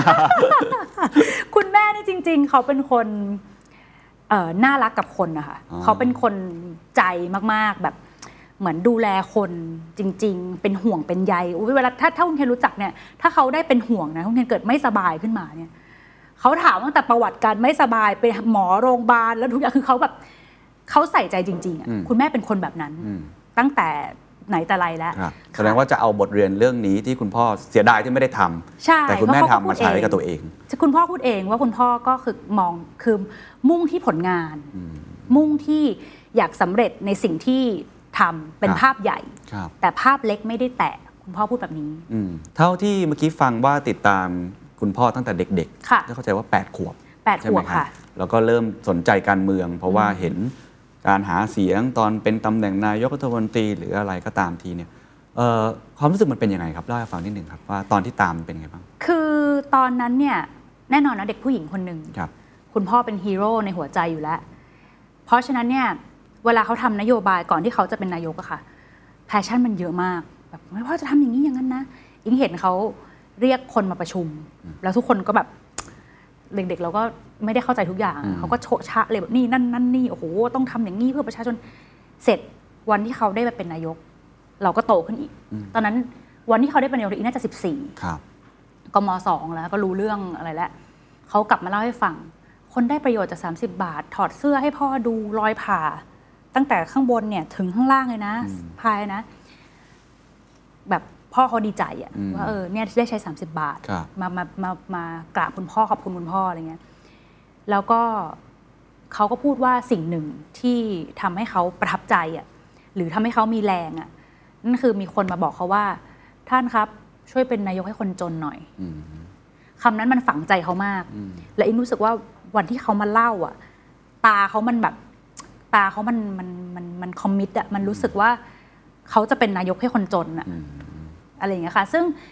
คุณแม่นี่จริงๆเขาเป็นคนเอ่อน่ารักกับคนนะคะเขาเป็นคนใจมากๆแบบเหมือนดูแลคนจริงๆเป็นห่วงเป็นใยเวลาถ้าถ้าคุณเคนรู้จักเนี่ยถ้าเขาได้เป็นห่วงนะคุณเคนเกิดไม่สบายขึ้นมาเนี่ยเขาถามตั้งแต่ประวัติการไม่สบายไปหมอโรงพยาบาลแล้วทุกอย่างคือเขาแบบเขาใส่ใจจริงๆอ่ะคุณแม่เป็นคนแบบนั้นตั้งแต่ไหนแต่ไรแล้วแสดงว่าจะเอาบทเรียนเรื่องนี้ที่คุณพ่อเสียดายที่ไม่ได้ทำแต่คุณแม่ทำมาใช้กับตัวเองคุณพ่อพูดเองว่าคุณพ่อก็คือมองคือมุ่งที่ผลงานมุ่งที่อยากสำเร็จในสิ่งที่ทำเป็นภาพใหญ่แต่ภาพเล็กไม่ได้แตะคุณพ่อพูดแบบนี้เท่าที่เมื่อกี้ฟังว่าติดตามคุณพ่อตั้งแต่เด็กๆแล้วเข้าใจว่าแปดขวบแปดขวบค่ะแล้วก็เริ่มสนใจการเมืองเพราะว่าเห็นการหาเสียงตอนเป็นตำแหน่งนายกรัฐมนตรีหรืออะไรก็ตามทีเนี่ยความรู้สึกมันเป็นยังไงครับเล่าให้ฟังนิดนึงครับว่าตอนที่ตามเป็นไงบ้างคือตอนนั้นเนี่ยแน่นอนนะเด็กผู้หญิงคนหนึ่งค, คุณพ่อเป็นฮีโร่ในหัวใจอยู่แล้วเพราะฉะนั้นเนี่ยเวลาเขาทำนโยบายก่อนที่เขาจะเป็นนายกอะค่ะแพชชั่นมันเยอะมากแบบพ่อจะทำอย่างนี้อย่างนั้นนะอิงเห็นเขาเรียกคนมาประชุมแล้วทุกคนก็แบบเด็กๆเราก็ไม่ได้เข้าใจทุกอย่างเขาก็โชะชะเลยแบบนี่นั่นนั่นนี่โอ้โหต้องทำอย่างนี้เพื่อประชาชนเสร็จวันที่เขาได้มาเป็นนายกเราก็โตขึ้นอีกตอนนั้นวันที่เขาได้เป็นนายกอีกน่าจะสิบสี่ก็ม.สองแล้วก็รู้เรื่องอะไรแล้วเขากลับมาเล่าให้ฟังคนได้ประโยชน์จากสามสิบบาทถอดเสื้อให้พ่อดูรอยผ่าตั้งแต่ข้างบนเนี่ยถึงข้างล่างเลยนะพายนะแบบพ่อเขาดีใจอะว่าเออเนี่ยได้ใช้สามสิบบาทมามามามากราบคุณพ่อขอบคุณคุณพ่ออะไรเงี้ยแล้วก็เขาก็พูดว่าสิ่งหนึ่งที่ทำให้เขาประทับใจอ่ะหรือทำให้เขามีแรงอ่ะนั่นคือมีคนมาบอกเขาว่าท่านครับช่วยเป็นนายกให้คนจนหน่อยคำนั้นมันฝังใจเขามากและอินรู้สึกว่าวันที่เขามาเล่าอ่ะตาเขามันแบบตาเขามันมันมันมันคอมมิตอ่ะมันรู้สึกว่าเขาจะเป็นนายกให้คนจนอ่ะอะไรอย่างเงี้ยค่ะซึ่ง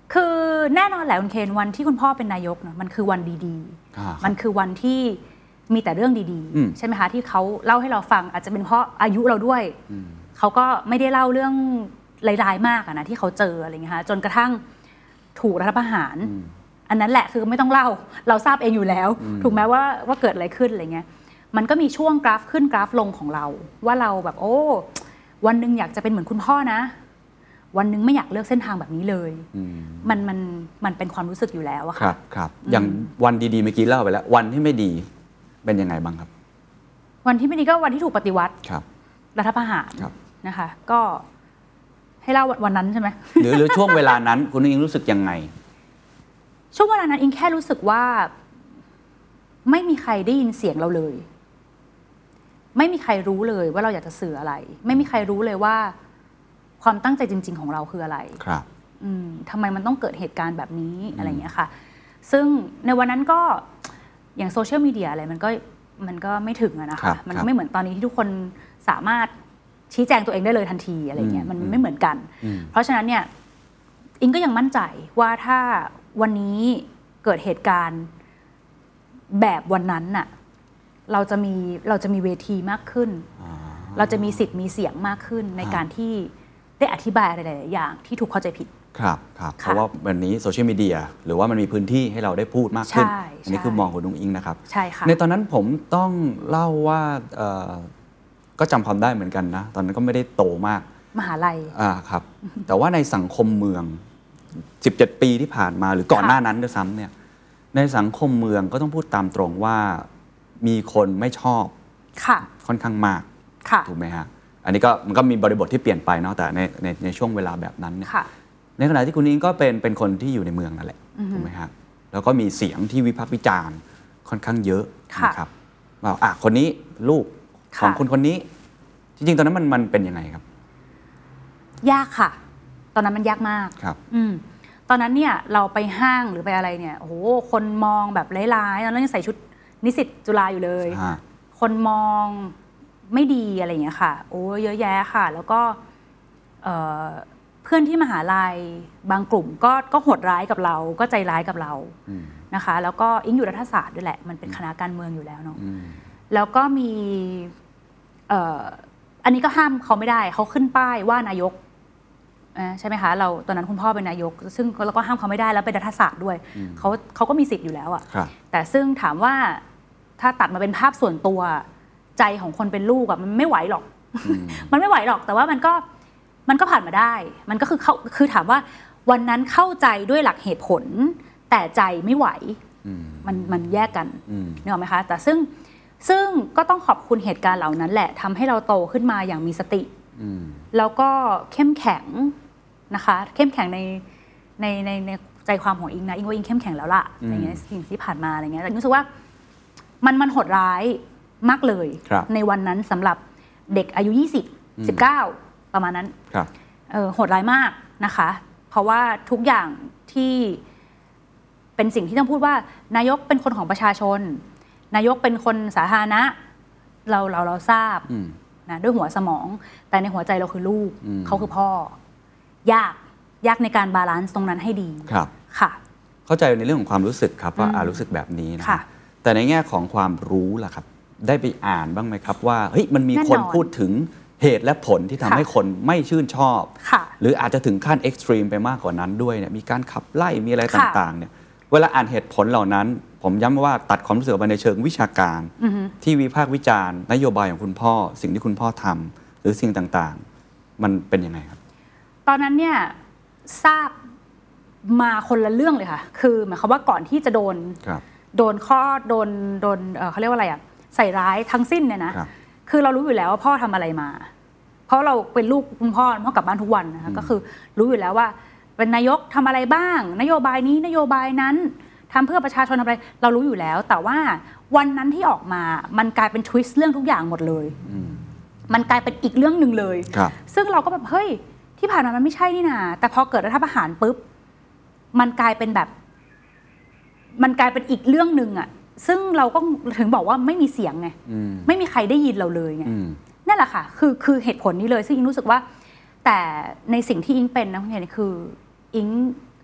คือแน่นอนแหละคุณเคนวันที่คุณพ่อเป็นนายกเนาะมันคือวันดีๆมันคือวันที่มีแต่เรื่องดีๆใช่ไหมคะที่เขาเล่าให้เราฟังอาจจะเป็นเพราะอายุเราด้วยเขาก็ไม่ได้เล่าเรื่องร้ายๆมากอะนะที่เขาเจออะไรเงี้ยค่ะจนกระทั่งถูกรัฐประหารอันนั้นแหละคือไม่ต้องเล่าเราทราบเองอยู่แล้วถูกไหมว่าว่าเกิดอะไรขึ้นอะไรเงี้ยมันก็มีช่วงกราฟขึ้นกราฟลงของเราว่าเราแบบโอ้วันนึงอยากจะเป็นเหมือนคุณพ่อนะวันนึงไม่อยากเลือกเส้นทางแบบนี้เลยมันมันมันเป็นความรู้สึกอยู่แล้วอะค่ะครับครับอย่างวันดีๆเมื่อกี้เล่าไปแล้ววันที่ไม่ดีเป็นยังไงบ้างครับวันที่ไม่ดีก็วันที่ถูกปฏิวัติรัฐประหารนะคะก็ให้เล่าวันนั้นใช่ไหมหรือหรือช่วงเวลานั้นคุณอิงรู้สึกยังไงช่วงเวลานั้นอิงแค่รู้สึกว่าไม่มีใครได้ยินเสียงเราเลยไม่มีใครรู้เลยว่าเราอยากจะสื่ออะไรไม่มีใครรู้เลยว่าความตั้งใจจริงๆของเราคืออะไรครับอืมทำไมมันต้องเกิดเหตุการณ์แบบนี้อะไรอย่างเงี้ยค่ะซึ่งในวันนั้นก็อย่างโซเชียลมีเดียอะไรมันก็มันก็ไม่ถึงอะนะคะมันไม่เหมือนตอนนี้ที่ทุกคนสามารถชี้แจงตัวเองได้เลยทันทีอะไรเงี้ยมันไม่เหมือนกันเพราะฉะนั้นเนี่ยอิงก็ยังมั่นใจว่าถ้าวันนี้เกิดเหตุการณ์แบบวันนั้นน่ะเราจะมีเราจะมีเวทีมากขึ้นเราจะมีสิทธิ์มีเสียงมากขึ้นในการที่ได้อธิบายอะไรหลายๆอย่างที่ถูกเข้าใจผิดครับครับเพราะว่าวันนี้โซเชียลมีเดียหรือว่ามันมีพื้นที่ให้เราได้พูดมากขึ้นอันนี้คือมองของนุ้งอิงนะครับใช่ค่ะในตอนนั้นผมต้องเล่าว่าก็จำความได้เหมือนกันนะตอนนั้นก็ไม่ได้โตมากมหาลัยอ่าครับแต่ว่าในสังคมเมืองสิบเจ็ดปีที่ผ่านมาหรือก่อนหน้านั้นด้วยซ้ำเนี่ยในสังคมเมืองก็ต้องพูดตามตรงว่ามีคนไม่ชอบค่อนข้างมากถูกไหมฮะอันนี้ก็มันก็มีบริบทที่เปลี่ยนไปเนาะแต่ในในในช่วงเวลาแบบนั้นเนี่ยในขณะที่คุณอิงก็เป็นเป็นคนที่อยู่ในเมืองนั่นแหละถูกไหมฮะแล้วก็มีเสียงที่วิพากษ์วิจารณ์ค่อนข้างเยอะนะครับว่าอ่ะคนนี้ลูกของคนคนนี้จริงๆตอนนั้นมันมันเป็นยังไงครับยากค่ะตอนนั้นมันยากมากครับอืมตอนนั้นเนี่ยเราไปห้างหรือไปอะไรเนี่ยโอ้โหคนมองแบบร้ายๆตอนนั้นยังใส่ชุดนิสิตจุฬาอยู่เลยคนมองไม่ดีอะไรอย่างเงี้ยค่ะโอ้เยอะแยะค่ะแล้วก็เอ่อเพื่อนที่มหาลัยบางกลุ่มก็ก็โหดร้ายกับเราก็ใจร้ายกับเรานะคะแล้วก็อิงอยู่รัฐศาสตร์ด้วยแหละมันเป็นคณะการเมืองอยู่แล้วเนาะแล้วก็มีเอ่ออันนี้ก็ห้ามเขาไม่ได้เขาขึ้นป้ายว่านายกใช่ไหมคะเราตอนนั้นคุณพ่อเป็นนายกซึ่งเราก็ห้ามเขาไม่ได้แล้วเป็นรัฐศาสตร์ด้วยเขาเขาก็มีสิทธิ์อยู่แล้วอะแต่ซึ่งถามว่าถ้าตัดมาเป็นภาพส่วนตัวใจของคนเป็นลูกอะมันไม่ไหวหรอก มันไม่ไหวหรอกแต่ว่ามันก็มันก็ผ่านมาได้มันก็คือเขาคือถามว่าวันนั้นเข้าใจด้วยหลักเหตุผลแต่ใจไม่ไหวมันมันแยกกันนึกออกไหมคะแต่ซึ่งซึ่งก็ต้องขอบคุณเหตุการณ์เหล่านั้นแหละทำให้เราโตขึ้นมาอย่างมีสติแล้วก็เข้มแข็งนะคะเข้มแข็งในในในในใจความของอิงนะอิงว่าอิงเข้มแข็งแล้วล่ะอะไรเงี้ยสิ่งที่ผ่านมาอะไรเงี้ยแต่รู้สึกว่ามันมันโหดร้ายมากเลยในวันนั้นสำหรับเด็กอายุยี่สิบ สิบเก้าประมาณนั้นเออโหดร้ายมากนะคะเพราะว่าทุกอย่างที่เป็นสิ่งที่ต้องพูดว่านายกเป็นคนของประชาชนนายกเป็นคนสาธารณะเราเราเราทราบนะด้วยหัวสมองแต่ในหัวใจเราคือลูกเขาคือพ่อยากยากในการบาลานซ์ตรงนั้นให้ดีครับค่ะเข้าใจในเรื่องของความรู้สึกครับว่าอ่ารู้สึกแบบนี้นะแต่ในแง่ของความรู้ล่ะครับได้ไปอ่านบ้างไหมครับว่าเฮ้ยมันมีคนพูดถึงเหตุและผลที่ทำให้คนไม่ชื่นชอบหรืออาจจะถึงขั้นเอ็กซ์ตรีมไปมากกว่านั้นด้วยเนี่ยมีการขับไล่มีอะไรต่างๆเนี่ยเวลาอ่านเหตุผลเหล่านั้นผมย้ำว่าตัดความรู้สึกออกไปในเชิงวิชาการที่วิพากษ์วิจารณ์นโยบายของคุณพ่อสิ่งที่คุณพ่อทำหรือสิ่งต่างๆมันเป็นยังไงครับตอนนั้นเนี่ยทราบมาคนละเรื่องเลยค่ะคือหมายความว่าก่อนที่จะโดนโดนข้อโดนโดนเขาเรียกว่าอะไรอ่ะใส่ร้ายทั้งสิ้นเนี่ยนะคือเรารู้อยู่แล้วว่าพ่อทำอะไรมาเพราะเราเป็นลูกคุณพ่อพ่อกลับบ้านทุกวันนะคะก็คือรู้อยู่แล้วว่าเป็นนายกทำอะไรบ้างนโยบายนี้นโยบายนั้นทำเพื่อประชาชนทำอะไรเรารู้อยู่แล้วแต่ว่าวันนั้นที่ออกมามันกลายเป็นทวิสต์เรื่องทุกอย่างหมดเลยมันกลายเป็นอีกเรื่องนึงเลยซึ่งเราก็แบบเฮ้ยที่ผ่านมามันไม่ใช่นี่นาแต่พอเกิดรัฐประหารปุ๊บมันกลายเป็นแบบมันกลายเป็นอีกเรื่องนึงอ่ะซึ่งเราก็ถึงบอกว่าไม่มีเสียงไงไม่มีใครได้ยินเราเลยไงนั่นแหละค่ะคือคือเหตุผลนี้เลยซึ่งอิงรู้สึกว่าแต่ในสิ่งที่อิงเป็นนะคุณเห็นคืออิง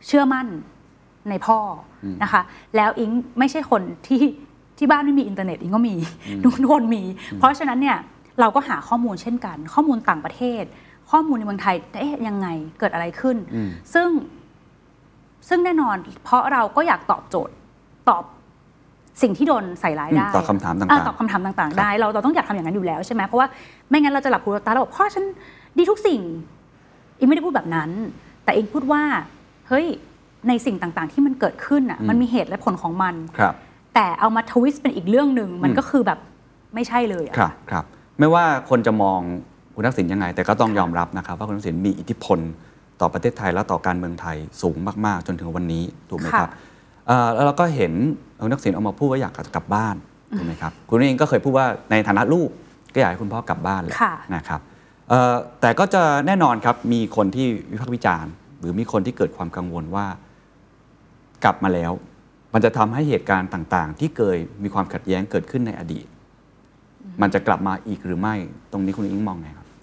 เชื่อมั่นในพ่อนะคะแล้วอิงไม่ใช่คนที่ที่บ้านไม่มีอินเทอร์เน็ตอิงก็มีทุกคนมีเพราะฉะนั้นเนี่ยเราก็หาข้อมูลเช่นกันข้อมูลต่างประเทศข้อมูลในเมืองไทยเอ๊ะยังไงเกิดอะไรขึ้นซึ่งซึ่งแน่นอนเพราะเราก็อยากตอบโจทย์ตอบสิ่งที่โดนใส่ร้ายได้ตอบคำถามต่างๆตอบคำถามต่างๆได้เราเราต้องอยากทำอย่างนั้นอยู่แล้วใช่ไหมเพราะว่าไม่งั้นเราจะหลับหูหลับตาแล้วบอกพ่อฉันดีทุกสิ่งอิงไม่ได้พูดแบบนั้นแต่อิงพูดว่าเฮ้ยในสิ่งต่างๆที่มันเกิดขึ้นอ่ะมันมีเหตุและผลของมันแต่เอามาทวิสต์เป็นอีกเรื่องนึงมันก็คือแบบไม่ใช่เลยอ่ะครับครับไม่ว่าคนจะมองคุณทักษิณยังไงแต่ก็ต้องยอมรับนะครับว่าคุณทักษิณมีอิทธิพลต่อประเทศไทยและต่อการเมืองไทยสูงมากๆจนถึงวันนี้ถูกไหมครับแล้วเราก็เห็นคุณทักษิณออกมาพูดว่าอยากจะกลับบ้านถูกไหมครับคุณเองก็เคยพูดว่าในฐานะลูกก็อยากให้คุณพ่อกลับบ้านแหละนะครับแต่ก็จะแน่นอนครับมีคนที่วิพากษ์วิจารณ์หรือมีคนที่เกิดความกังวลว่ากลับมาแล้วมันจะทำให้เหตุการณ์ต่างๆที่เคยมีความขัดแย้งเกิดขึ้นในอดีตมันจะกลับมาอีกหรือไม่ตรงนี้คุณอิงมองไงครับ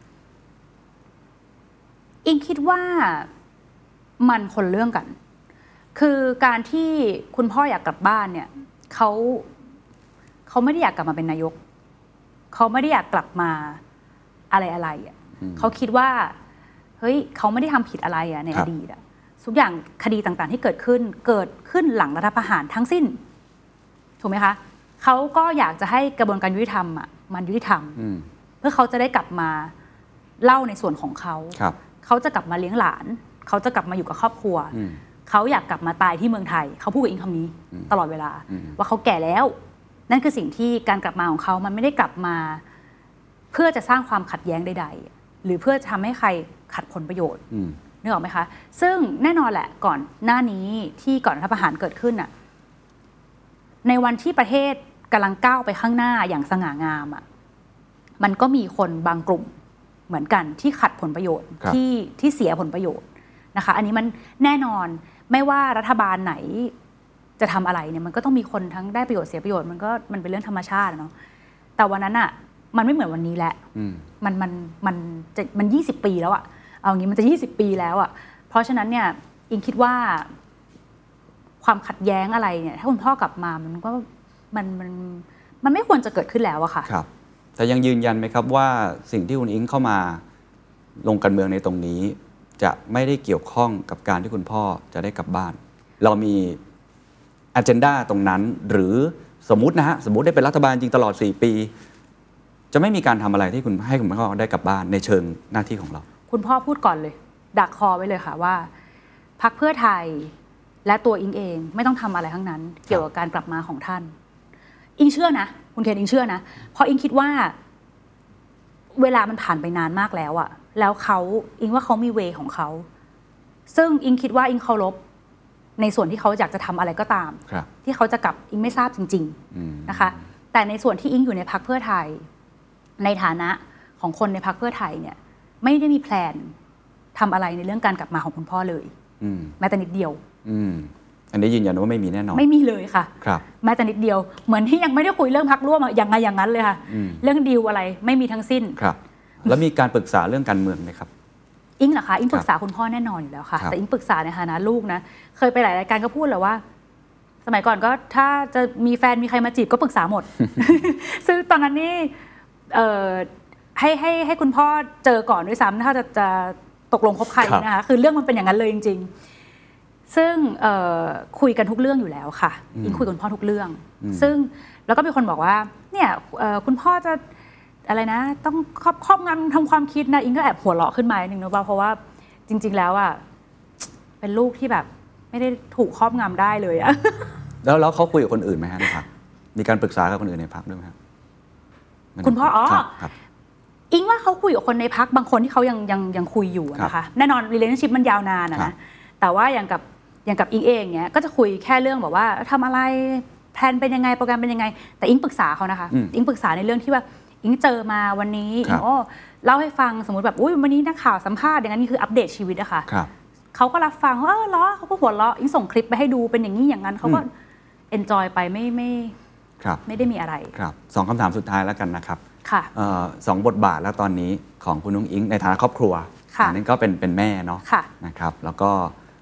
อิงคิดว่ามันคนเรื่องกันคือการที่คุณพ่ออยากกลับบ้านเนี่ยเขาเขาไม่ได้อยากกลับมาเป็นนายกเขาไม่ได้อยากกลับมาอะไรอะไรอ่ะเขาคิดว่าเฮ้ยเขาไม่ได้ทำผิดอะไรอ่ะในอดีตอ่ะทุกอย่างคดีต่างๆที่เกิดขึ้นเกิดขึ้นหลังรัฐประหารทั้งสิ้นถูกไหมคะเขาก็อยากจะให้กระบวนการยุติธรรมอ่ะมันยุติธรรมเพื่อเขาจะได้กลับมาเล่าในส่วนของเขาเขาจะกลับมาเลี้ยงหลานเขาจะกลับมาอยู่กับครอบครัวเขาอยากกลับมาตายที่เมืองไทยเขาพูดกับอิงคำนี้ตลอดเวลาว่าเขาแก่แล้วนั่นคือสิ่งที่การกลับมาของเขามันไม่ได้กลับมาเพื่อจะสร้างความขัดแย้งใดๆหรือเพื่อจะทำให้ใครขัดผลประโยชน์นึกออกไหมคะซึ่งแน่นอนแหละก่อนหน้านี้ที่ก่อนรัฐประหารเกิดขึ้นน่ะในวันที่ประเทศกำลังก้าวไปข้างหน้าอย่างสง่างามอ่ะมันก็มีคนบางกลุ่มเหมือนกันที่ขัดผลประโยชน์ที่ที่เสียผลประโยชน์นะคะอันนี้มันแน่นอนไม่ว่ารัฐบาลไหนจะทำอะไรเนี่ยมันก็ต้องมีคนทั้งได้ประโยชน์เสียประโยชน์มันก็มันเป็นเรื่องธรรมชาติเนาะแต่วันนั้นอ่ะมันไม่เหมือนวันนี้แหละมันมันมันจะมันยี่สิบปีแล้วอ่ะเอางี้มันจะยี่สิบปีแล้วอ่ะเพราะฉะนั้นเนี่ยอิงคิดว่าความขัดแย้งอะไรเนี่ยถ้าคุณพ่อกลับมามันก็มันมันมันไม่ควรจะเกิดขึ้นแล้วอะค่ะครับแต่ยังยืนยันไหมครับว่าสิ่งที่คุณอิงเข้ามาลงการเมืองในตรงนี้จะไม่ได้เกี่ยวข้องกับการที่คุณพ่อจะได้กลับบ้านเรามีอเจนดาตรงนั้นหรือสมมุตินะฮะสมมุติได้เป็นรัฐบาลจริงตลอดสี่ปีจะไม่มีการทำอะไรที่คุณให้คุณพ่อได้กลับบ้านในเชิงหน้าที่ของเราคุณพ่อพูดก่อนเลยดักคอไว้เลยค่ะว่าพรรคเพื่อไทยและตัวอิงเองไม่ต้องทำอะไรทั้งนั้นเกี่ยวกับการกลับมาของท่านอิงเชื่อนะคุณเคนอิงเชื่อนะเพราะอิงคิดว่าเวลามันผ่านไปนานมากแล้วอะแล้วเขาอิงว่าเขามีเวของเขาซึ่งอิงคิดว่าอิงเคารพในส่วนที่เขาอยากจะทำอะไรก็ตามที่เขาจะกลับอิงไม่ทราบจริงๆนะคะแต่ในส่วนที่อิงอยู่ในพรรคเพื่อไทยในฐานะของคนในพรรคเพื่อไทยเนี่ยไม่ได้มีแพลนทำอะไรในเรื่องการกลับมาของคุณพ่อเลยแม้แต่นิดเดียวอันนี้ยืนยันว่าไม่มีแน่นอนไม่มีเลยค่ะแม้แต่นิดเดียวเหมือนที่ยังไม่ได้คุยเรื่องพรรคร่วมอย่างไงอย่างนั้นเลยค่ะเรื่องดีลอะไรไม่มีทั้งสิ้นครับแล้วมีการปรึกษาเรื่องการเมืองไหมครับอิงเหรอคะอิงปรึกษาคุณพ่อแน่นอนอยู่แล้วค่ะแต่อิงปรึกษาในฐานะลูกนะเคยไปหลายรายการก็พูดเลยว่าสมัยก่อนก็ถ้าจะมีแฟนมีใครมาจีบก็ปรึกษาหมด ซึ่งตอนนั้นนี่ให้ให้ให้คุณพ่อเจอก่อนด้วยซ้ำถ้าจะจะตกลงคบใครนะคะคือเรื่องมันเป็นอย่างนั้นเลยจริงๆซึ่งคุยกันทุกเรื่องอยู่แล้วค่ะอิงคุยกับคุณพ่อทุกเรื่องซึ่งแล้วก็มีคนบอกว่าเนี่ยคุณพ่อจะอะไรนะต้องครอบครอบงำทำความคิดนะอิงก็แอบหัวเราะขึ้นมาหนึ่งนะเพราะว่าจริงๆแล้วอ่ะเป็นลูกที่แบบไม่ได้ถูกครอบงำได้เลยอะแล้วแล้วเขาคุยกับคนอื่นไหมฮะในพรรคมีการปรึกษากับคนอื่นในพรรคด้วยไหมครับคุณพ่ออ๋ออิงว่าเขาคุยกับคนในพรรคบางคนที่เขายังยังยังคุยอยู่นะคะแน่นอน relationship มันยาวนานนะแต่ว่าอย่างกับอย่างกับอิงเองเนี้ยก็จะคุยแค่เรื่องแบบว่าทำอะไรแพลนเป็นยังไงโปรแกรมเป็นยังไงแต่อิงปรึกษาเขานะคะอิงปรึกษาในเรื่องที่ว่าอิงเจอมาวันนี้โอ้เล่าให้ฟังสมมติแบบอุ้ยวันนี้นักข่าวสัมภาษณ์อย่างนั้นนี่คืออัปเดตชีวิตอะค่ะเขาก็รับฟังเออล้อเขาก็หัวเราะอิงส่งคลิปไปให้ดูเป็นอย่างนี้อย่างนั้นเขาก็เอนจอยไปไม่ไม่ไม่ได้มีอะไรครับสองคำถามสุดท้ายแล้วกันนะครับค่ะสองบทบาทแล้วตอนนี้ของคุณนุ้งอิงในฐานะครอบครัวอันนี้ก็เป็นเป็นแม่เนาะนะครับแล้วก็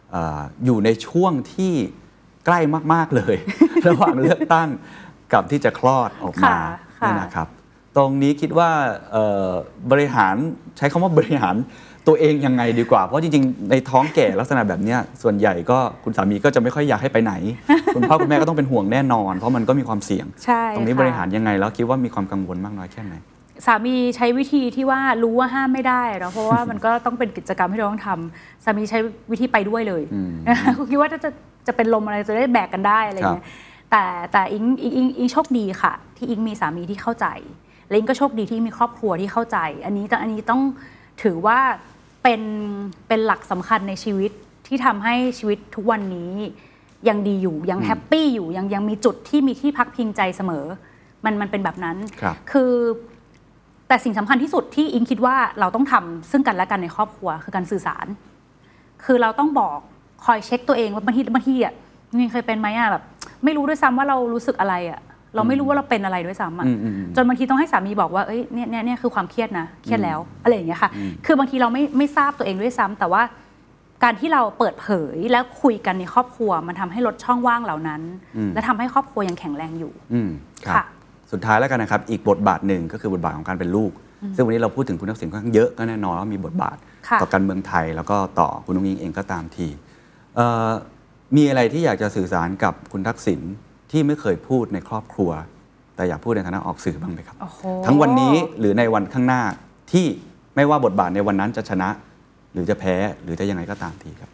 เอ่ออยู่ในช่วงที่ใกล้มากๆเลย ระหว่างเลือกตั้งกับที่จะคลอดออกมาเนี่ยนะครับตรงนี้คิดว่าบริหารใช้คำว่าบริหารตัวเองยังไงดีกว่าเพราะจริงๆในท้องแก่ลักษณะแบบนี้ส่วนใหญ่ก็คุณสามีก็จะไม่ค่อยอยากให้ไปไหน คุณพ่อคุณแม่ก็ต้องเป็นห่วงแน่นอนเพราะมันก็มีความเสี่ยงตรงนี้บริหารยังไงแล้วคิดว่ามีความกังวลมากน้อยแค่ไหนสามีใช้วิธีที่ว่ารู้ว่าห้ามไม่ได้เนาะเพราะว่ามันก็ต้องเป็นกิจกรรมที่เราต้องทำสามีใช้วิธีไปด้วยเลยคิดว่าจะจะเป็นลมอะไรจะได้แบกกันได้อะไรเงี้ยแต่แต่อิงอิงอิงอิงโชคดีค่ะที่อิงมีสามีที่เข้าใจและอิงก็โชคดีที่มีครอบครัวที่เข้าใจอันนี้อันนี้ต้องถือว่าเป็นเป็นหลักสำคัญในชีวิตที่ทำให้ชีวิตทุกวันนี้ยังดีอยู่ยังแฮปปี้อยู่ยังยังมีจุดที่มีที่พักพิงใจเสมอมันมันเป็นแบบนั้นคือแต่สิ่งสำคัญที่สุดที่อิงคิดว่าเราต้องทำซึ่งกันและกันในครอบครัวคือการสื่อสารคือเราต้องบอกคอยเช็คตัวเองว่าบางทีบางทีอ่ะมีเคยเป็นไหมอ่ะแบบไม่รู้ด้วยซ้ำว่าเรารู้สึกอะไรอ่ะเราไม่รู้ว่าเราเป็นอะไรด้วยซ้ำอ่ะจนบางทีต้องให้สามีบอกว่าเอ้ยเนี่ยเนี่ยเนี่ยคือความเครียดนะเครียดแล้วอะไรอย่างเงี้ยค่ะคือบางทีเราไม่ไม่ทราบตัวเองด้วยซ้ำแต่ว่าการที่เราเปิดเผยและคุยกันในครอบครัวมันทำให้ลดช่องว่างเหล่านั้นและทำให้ครอบครัวยังแข็งแรงอยู่ค่ะสุดท้ายแล้วกันนะครับอีกบทบาทหนึ่งก็คือบทบาทของการเป็นลูกซึ่งวันนี้เราพูดถึงคุณทักษิณค่อนข้างเยอะก็แน่นอนว่ามีบทบาทต่อการเมืองไทยแล้วก็ต่อคุณนุ้งอิงเองก็ตามทีมีอะไรที่อยากจะสื่อสารกับคุณทักษิณที่ไม่เคยพูดในครอบครัวแต่อยากพูดในฐานะออกสื่อบ้างไหมครับทั้งวันนี้หรือในวันข้างหน้าที่ไม่ว่าบทบาทในวันนั้นจะชนะหรือจะแพ้หรือจะยังไงก็ตามทีครับ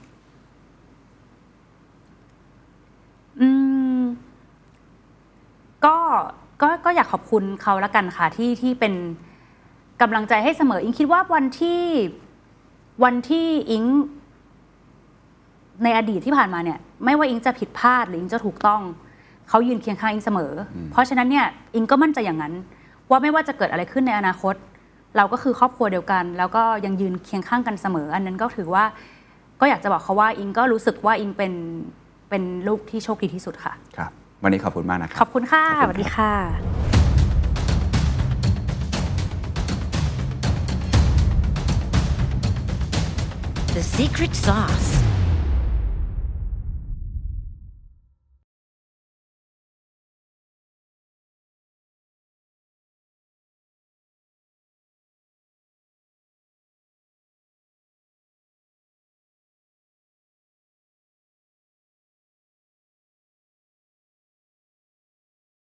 อืมก็ก็ก็อยากขอบคุณเขาละกันค่ะที่ที่เป็นกำลังใจให้เสมออิงคิดว่าวันที่วันที่อิงในอดีตที่ผ่านมาเนี่ยไม่ว่าอิงจะผิดพลาดหรืออิงจะถูกต้องเขายืนเคียงข้างอิงเสมอเพราะฉะนั้นเนี่ยอิงก็มั่นใจอย่างนั้นว่าไม่ว่าจะเกิดอะไรขึ้นในอนาคตเราก็คือครอบครัวเดียวกันแล้วก็ยังยืนเคียงข้างกันเสมออันนั้นก็ถือว่าก็อยากจะบอกเขาว่าอิงก็รู้สึกว่าอิงเป็นเป็นลูกที่โชคดีที่สุดค่ะครับวันนี้ขอบคุณมากนะครับขอบคุณค่ะสวัสดีค่ะ The secret sauce